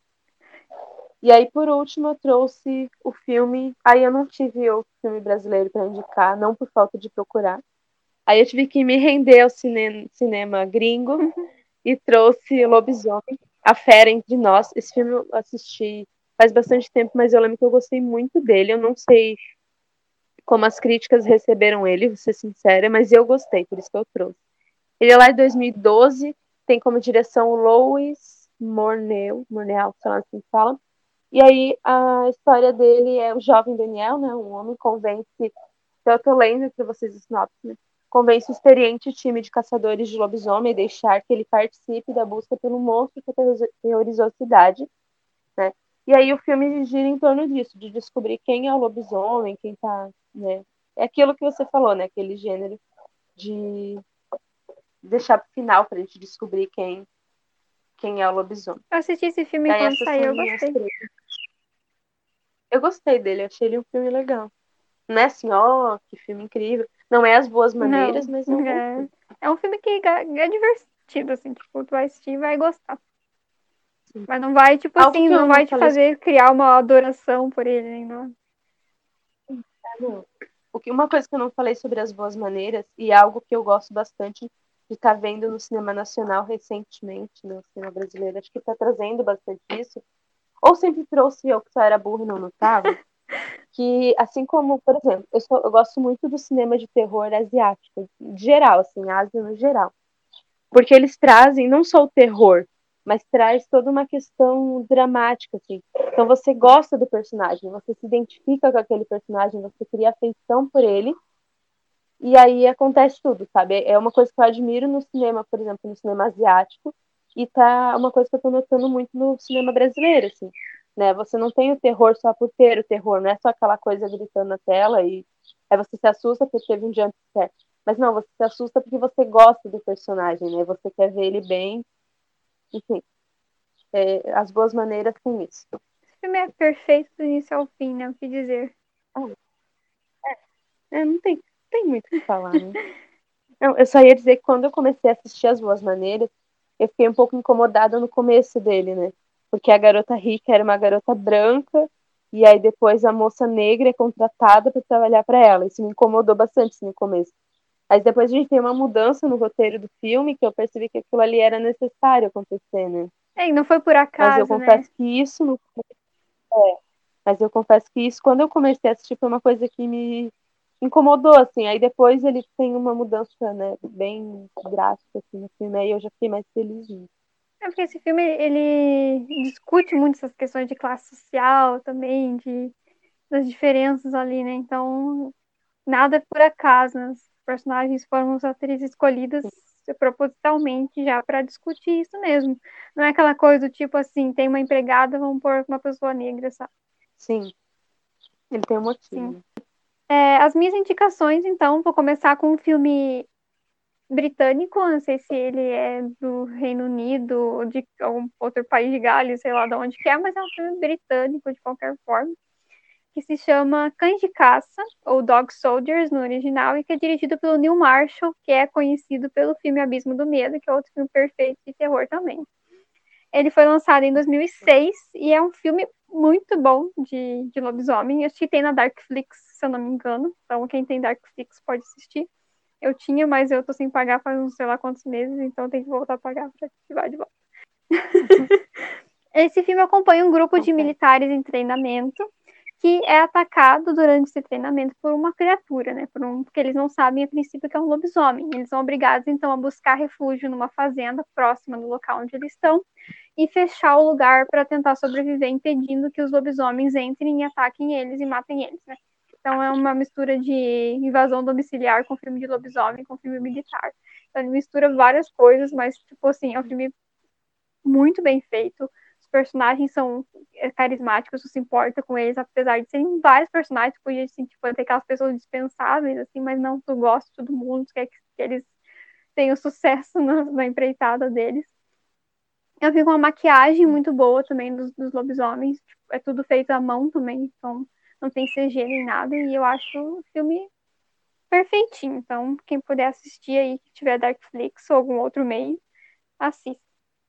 [SPEAKER 2] E aí, por último, eu trouxe o filme. Aí eu não tive outro filme brasileiro para indicar, não por falta de procurar. Aí eu tive que me render ao cinema gringo e trouxe Lobisomem, A Fera Entre Nós. Esse filme eu assisti faz bastante tempo, mas eu lembro que eu gostei muito dele. Eu não sei como as críticas receberam ele, vou ser sincera, mas eu gostei, por isso que eu trouxe. Ele é lá de 2012, tem como direção o Louis Morneau, sei lá assim que fala. E aí a história dele é o jovem Daniel, né, um homem convence, então eu tô lendo para vocês o sinopse, né, convence o experiente time de caçadores de lobisomem a deixar que ele participe da busca pelo monstro que aterrorizou a cidade, né? E aí o filme gira em torno disso, de descobrir quem é o lobisomem, quem tá, né? É aquilo que você falou, né? Aquele gênero de deixar pro final pra gente descobrir quem é o lobisomem.
[SPEAKER 1] Eu assisti esse
[SPEAKER 2] E
[SPEAKER 1] filme
[SPEAKER 2] aí
[SPEAKER 1] quando
[SPEAKER 2] essas são
[SPEAKER 1] saiu, eu
[SPEAKER 2] minhas
[SPEAKER 1] gostei.
[SPEAKER 2] três. Eu gostei dele, achei ele um filme legal. Não é assim, ó, que filme incrível. Não é As Boas Maneiras,
[SPEAKER 1] Não,
[SPEAKER 2] mas é um bom filme.
[SPEAKER 1] é um filme que é divertido, assim, tipo, tu vai assistir e vai gostar.
[SPEAKER 2] Sim.
[SPEAKER 1] Mas não vai, tipo
[SPEAKER 2] Algo
[SPEAKER 1] assim,
[SPEAKER 2] que eu
[SPEAKER 1] não
[SPEAKER 2] não
[SPEAKER 1] vai te
[SPEAKER 2] falei
[SPEAKER 1] fazer criar uma adoração por ele, nem nada.
[SPEAKER 2] sobre... Uma coisa que eu não falei sobre As Boas Maneiras, e é algo que eu gosto bastante de estar vendo no cinema nacional recentemente, no cinema brasileiro, acho que está trazendo bastante isso, ou sempre trouxe eu que só era burro e não notava, que assim como, por exemplo, eu gosto muito do cinema de terror asiático, de geral, assim, Ásia no geral. Porque eles trazem não só o terror, mas traz toda uma questão dramática, assim. Então você gosta do personagem, você se identifica com aquele personagem, você cria afeição por ele, e aí acontece tudo, sabe? É uma coisa que eu admiro no cinema, por exemplo, no cinema asiático, e tá uma coisa que eu tô notando muito no cinema brasileiro, assim, né? Você não tem o terror só por ter o terror, não é só aquela coisa gritando na tela e aí você se assusta porque teve um jump scare. Mas não, você se assusta porque você gosta do personagem, né? Você quer ver ele bem, enfim. As boas maneiras têm isso.
[SPEAKER 1] Esse filme é perfeito do início ao fim, né? O que dizer?
[SPEAKER 2] Ah, não tem muito o que falar, né? Não, eu só ia dizer que quando eu comecei a assistir As Boas Maneiras, eu fiquei um pouco incomodada no começo dele, né? Porque a garota rica era uma garota branca, e aí depois a moça negra é contratada para trabalhar para ela. Isso me incomodou bastante assim, no começo. Aí depois a gente tem uma mudança no roteiro do filme, que eu percebi que aquilo ali era necessário acontecer, né?
[SPEAKER 1] É, e não foi por
[SPEAKER 2] Mas eu
[SPEAKER 1] acaso, né?
[SPEAKER 2] confesso que isso, Mas eu confesso que isso, quando eu comecei a assistir, foi uma coisa que me incomodou, assim. Aí depois ele tem uma mudança, né, bem drástica, assim, no filme. Aí eu já fiquei mais feliz nisso.
[SPEAKER 1] É porque esse filme, ele discute muito essas questões de classe social também, das diferenças ali, né? Então, nada é por acaso, né? Os personagens foram as atrizes escolhidas propositalmente já para discutir isso mesmo. Não é aquela coisa do tipo assim, tem uma empregada, vamos pôr uma pessoa negra, sabe?
[SPEAKER 2] Sim, ele tem um
[SPEAKER 1] Sim.
[SPEAKER 2] motivo.
[SPEAKER 1] As minhas indicações, então, vou começar com um filme britânico, não sei se ele é do Reino Unido ou de algum outro país de Gales, sei lá de onde que é, mas é um filme britânico de qualquer forma, que se chama Cães de Caça, ou Dog Soldiers no original, e que é dirigido pelo Neil Marshall, que é conhecido pelo filme Abismo do Medo, que é outro filme perfeito de terror também. Ele foi lançado em 2006 e é um filme muito bom de lobisomem. Acho que tem na Darkflix, se eu não me engano. Então, quem tem Darkflix pode assistir. Eu tinha, mas eu tô sem pagar faz uns sei lá quantos meses, então eu tenho que voltar a pagar pra ativar de volta. Esse filme acompanha um grupo de
[SPEAKER 2] Okay.
[SPEAKER 1] militares em treinamento que é atacado durante esse treinamento por uma criatura, né? Porque eles não sabem a princípio que é um lobisomem. Eles são obrigados então a buscar refúgio numa fazenda próxima do local onde eles estão e fechar o lugar para tentar sobreviver, impedindo que os lobisomens entrem e ataquem eles e matem eles, né? Então é uma mistura de invasão domiciliar com filme de lobisomem, com filme militar. Então ele mistura várias coisas, mas tipo assim, é um filme muito bem feito. Os personagens são carismáticos, tu se importa com eles, apesar de serem vários personagens, tu podia assim, tipo, ter aquelas pessoas dispensáveis, assim, mas não, tu gosta de todo mundo, tu quer que eles tenham sucesso na empreitada deles. Eu vi com uma maquiagem muito boa também dos lobisomens. Tipo, é tudo feito à mão também, então não tem CG nem nada. E eu acho o filme perfeitinho. Então, quem puder assistir aí, que tiver Darkflix ou algum outro meio, assista.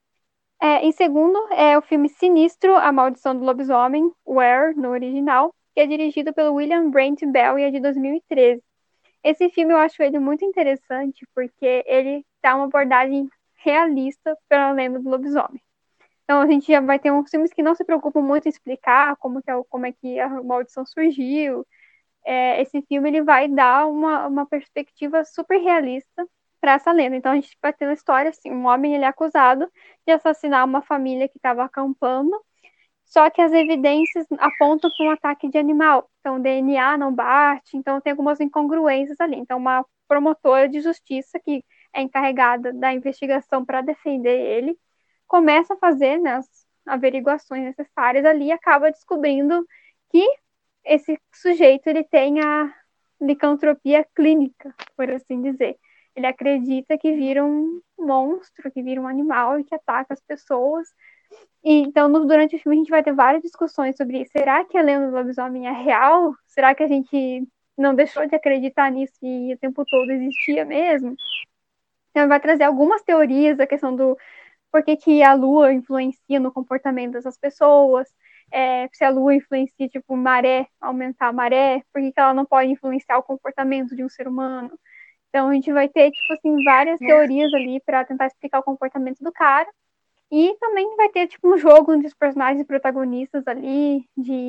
[SPEAKER 1] Em segundo, é o filme Sinistro, A Maldição do Lobisomem, Where, no original, que é dirigido pelo William Brent Bell e é de 2013. Esse filme eu acho ele muito interessante porque ele dá uma abordagem realista pela lenda do lobisomem. Então a gente já vai ter uns filmes que não se preocupam muito em explicar como é que a maldição surgiu. Esse filme ele vai dar uma perspectiva super realista para essa lenda. Então a gente vai ter uma história assim, um homem ele é acusado de assassinar uma família que estava acampando, só que as evidências apontam para um ataque de animal. Então o DNA não bate, então tem algumas incongruências ali. Então uma promotora de justiça que é encarregada da investigação para defender ele começa a fazer, né, as averiguações necessárias ali e acaba descobrindo que esse sujeito ele tem a licantropia clínica, por assim dizer. Ele acredita que vira um monstro, que vira um animal e que ataca as pessoas. E, então, durante o filme, a gente vai ter várias discussões sobre será que a lenda do lobisomem é real? Será que a gente não deixou de acreditar nisso e o tempo todo existia mesmo? Então, vai trazer algumas teorias da questão do por que, que a lua influencia no comportamento dessas pessoas, se a lua influencia, tipo, maré, aumentar a maré, por que, que ela não pode influenciar o comportamento de um ser humano? Então a gente vai ter, tipo assim, várias teorias ali para tentar explicar o comportamento do cara. E também vai ter, tipo, um jogo entre os personagens protagonistas ali,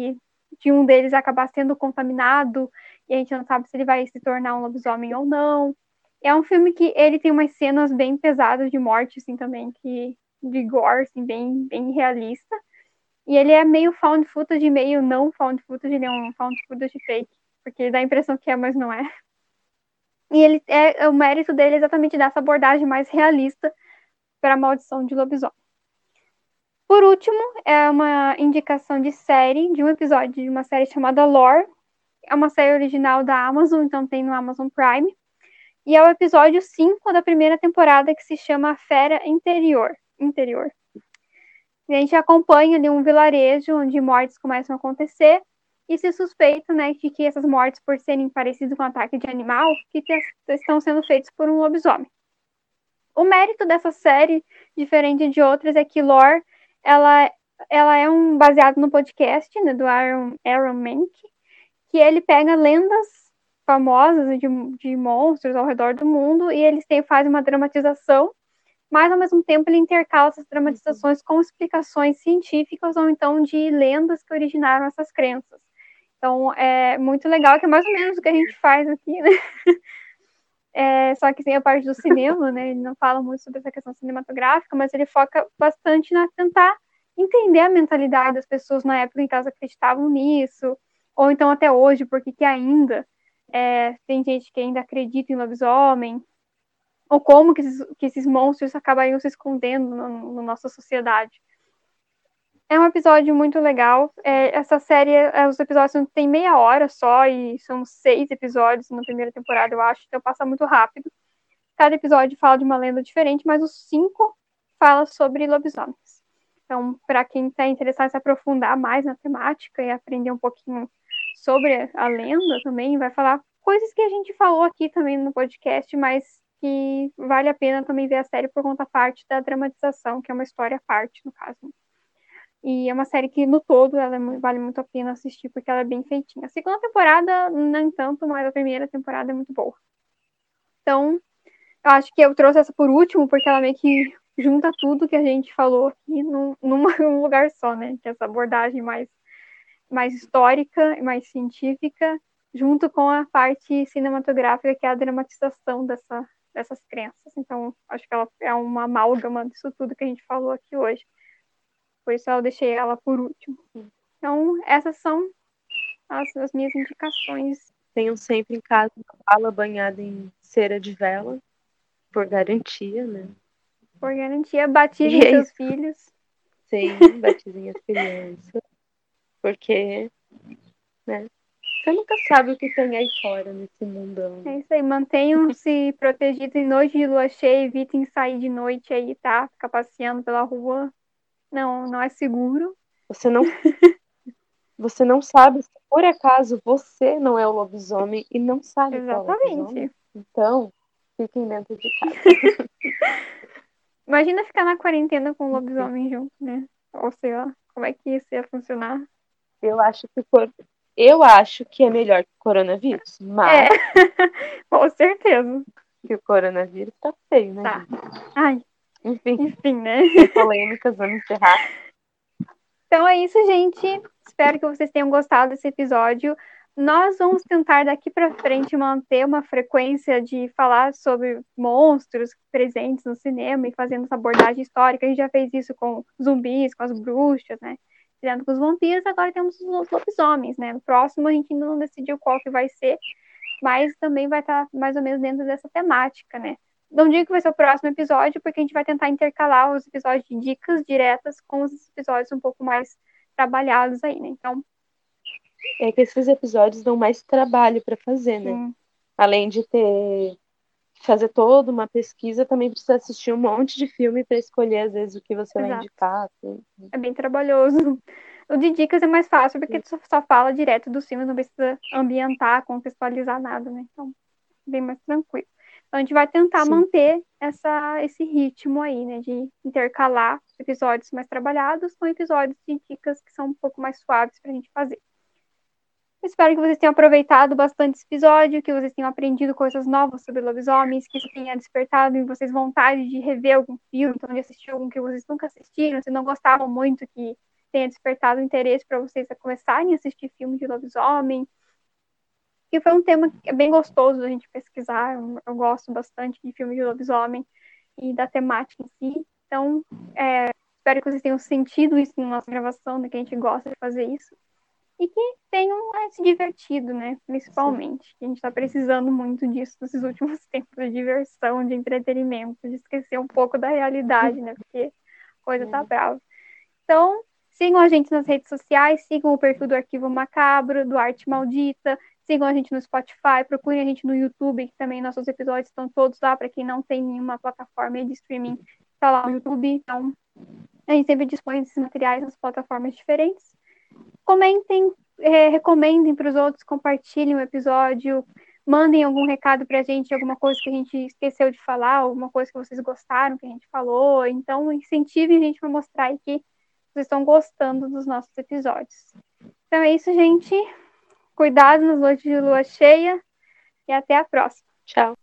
[SPEAKER 1] de um deles acabar sendo contaminado, e a gente não sabe se ele vai se tornar um lobisomem ou não. É um filme que ele tem umas cenas bem pesadas de morte, assim, também, de gore, assim, bem realista. E ele é meio found footage, meio não found footage, ele é um found footage fake, porque dá a impressão que é, mas não é. E o mérito dele é exatamente dessa abordagem mais realista para a maldição de lobisomem. Por último, é uma indicação de série, de um episódio de uma série chamada Lore. É uma série original da Amazon, então tem no Amazon Prime. E é o episódio 5 da primeira temporada, que se chama Fera Interior. E a gente acompanha ali um vilarejo onde mortes começam a acontecer e se suspeita, né, de que essas mortes, por serem parecidas com um ataque de animal, que estão sendo feitos por um lobisomem. O mérito dessa série, diferente de outras, é que Lore, ela, ela é baseado no podcast, né, do Aaron Menck, que ele pega lendas famosas de monstros ao redor do mundo e eles fazem uma dramatização mas ao mesmo tempo ele intercala essas dramatizações com explicações científicas ou então de lendas que originaram essas crenças. Então é muito legal, que é mais ou menos o que a gente faz aqui, né? Só que tem a parte do cinema, né? Ele não fala muito sobre essa questão cinematográfica, mas ele foca bastante na tentar entender a mentalidade das pessoas na época em que elas acreditavam nisso, ou então até hoje, porque que ainda tem gente que ainda acredita em lobisomem, ou como que esses monstros acabariam se escondendo na nossa sociedade. É um episódio muito legal. Essa série, os episódios têm meia hora só, e são 6 episódios na primeira temporada, eu acho, então passa muito rápido. Cada episódio fala de uma lenda diferente, mas os 5 fala sobre lobisomens. Então, para quem está interessado em se aprofundar mais na temática e aprender um pouquinho sobre a lenda também, vai falar coisas que a gente falou aqui também no podcast, mas que vale a pena também ver a série por conta parte da dramatização, que é uma história à parte, no caso. E é uma série que, no todo, ela vale muito a pena assistir, porque ela é bem feitinha. A segunda temporada, nem tanto, mas a primeira temporada é muito boa. Então, eu acho que eu trouxe essa por último, porque ela meio que junta tudo que a gente falou aqui num lugar só, né? Que é essa abordagem mais histórica, mais científica, junto com a parte cinematográfica, que é a dramatização dessas crenças. Então, acho que ela é uma amálgama disso tudo que a gente falou aqui hoje. Por isso eu deixei ela por último. Então, essas são as minhas indicações.
[SPEAKER 2] Tenham sempre em casa uma bala banhada em cera de vela, por garantia, né?
[SPEAKER 1] Por garantia, batizem seus filhos.
[SPEAKER 2] Sim, batizem as crianças. Porque, né? Você nunca sabe o que tem aí fora nesse mundão.
[SPEAKER 1] É isso aí, mantenham-se protegidos em noite de lua cheia, evitem sair de noite aí, tá? Ficar passeando pela rua. Não é seguro.
[SPEAKER 2] Você não sabe se por acaso você não é o lobisomem e não sabe qual é o lobisomem.
[SPEAKER 1] Exatamente.
[SPEAKER 2] Então, fiquem dentro de casa.
[SPEAKER 1] Imagina ficar na quarentena com o lobisomem junto, né? Ou sei lá, como é que isso ia funcionar?
[SPEAKER 2] Eu acho que é melhor que o coronavírus, mas
[SPEAKER 1] Com certeza.
[SPEAKER 2] que o coronavírus tá feio, né,
[SPEAKER 1] Tá.
[SPEAKER 2] gente?
[SPEAKER 1] Ai,
[SPEAKER 2] Enfim,
[SPEAKER 1] né?
[SPEAKER 2] sem polêmicas, vamos encerrar.
[SPEAKER 1] Então é isso, gente. Espero que vocês tenham gostado desse episódio. Nós vamos tentar daqui para frente manter uma frequência de falar sobre monstros presentes no cinema e fazendo essa abordagem histórica. A gente já fez isso com zumbis, com as bruxas, né? Fizendo com os vampiros, agora temos os lobisomens, né? No próximo a gente ainda não decidiu qual que vai ser, mas também vai estar mais ou menos dentro dessa temática, né? Não digo que vai ser o próximo episódio, porque a gente vai tentar intercalar os episódios de dicas diretas com os episódios um pouco mais trabalhados aí, né? Então,
[SPEAKER 2] É que esses episódios dão mais trabalho para fazer, né?
[SPEAKER 1] sim.
[SPEAKER 2] Além de fazer toda uma pesquisa, também precisa assistir um monte de filme para escolher, às vezes, o que você vai
[SPEAKER 1] Exato.
[SPEAKER 2] indicar. Assim.
[SPEAKER 1] É bem trabalhoso. O de dicas é mais fácil, porque tu só fala direto do filme, não precisa ambientar, contextualizar nada, né? Então, bem mais tranquilo. Então, a gente vai tentar
[SPEAKER 2] Sim.
[SPEAKER 1] manter esse ritmo aí, né? De intercalar episódios mais trabalhados com episódios de dicas que são um pouco mais suaves pra gente fazer. Espero que vocês tenham aproveitado bastante esse episódio, que vocês tenham aprendido coisas novas sobre lobisomens, que isso tenha despertado em vocês vontade de rever algum filme, então de assistir algum que vocês nunca assistiram, se não gostavam muito, que tenha despertado interesse para vocês a começarem a assistir filmes de lobisomem. E foi um tema que é bem gostoso a gente pesquisar, eu gosto bastante de filmes de lobisomem e da temática em si. Então, espero que vocês tenham sentido isso na nossa gravação, né, que a gente gosta de fazer isso. E que tenham se divertido, né? Principalmente. Sim. A gente está precisando muito disso nesses últimos tempos, de diversão, de entretenimento, de esquecer um pouco da realidade, né? Porque a coisa tá brava. Então, sigam a gente nas redes sociais, sigam o perfil do Arquivo Macabro, do Arte Maldita, sigam a gente no Spotify, procurem a gente no YouTube, que também nossos episódios estão todos lá, para quem não tem nenhuma plataforma de streaming, tá lá no YouTube. Então, a gente sempre dispõe desses materiais nas plataformas diferentes. Comentem, recomendem para os outros, compartilhem o episódio, mandem algum recado para a gente, alguma coisa que a gente esqueceu de falar, alguma coisa que vocês gostaram que a gente falou. Então, incentivem a gente para mostrar aí que vocês estão gostando dos nossos episódios. Então é isso, gente. Cuidado nas noites de lua cheia e até a próxima.
[SPEAKER 2] Tchau.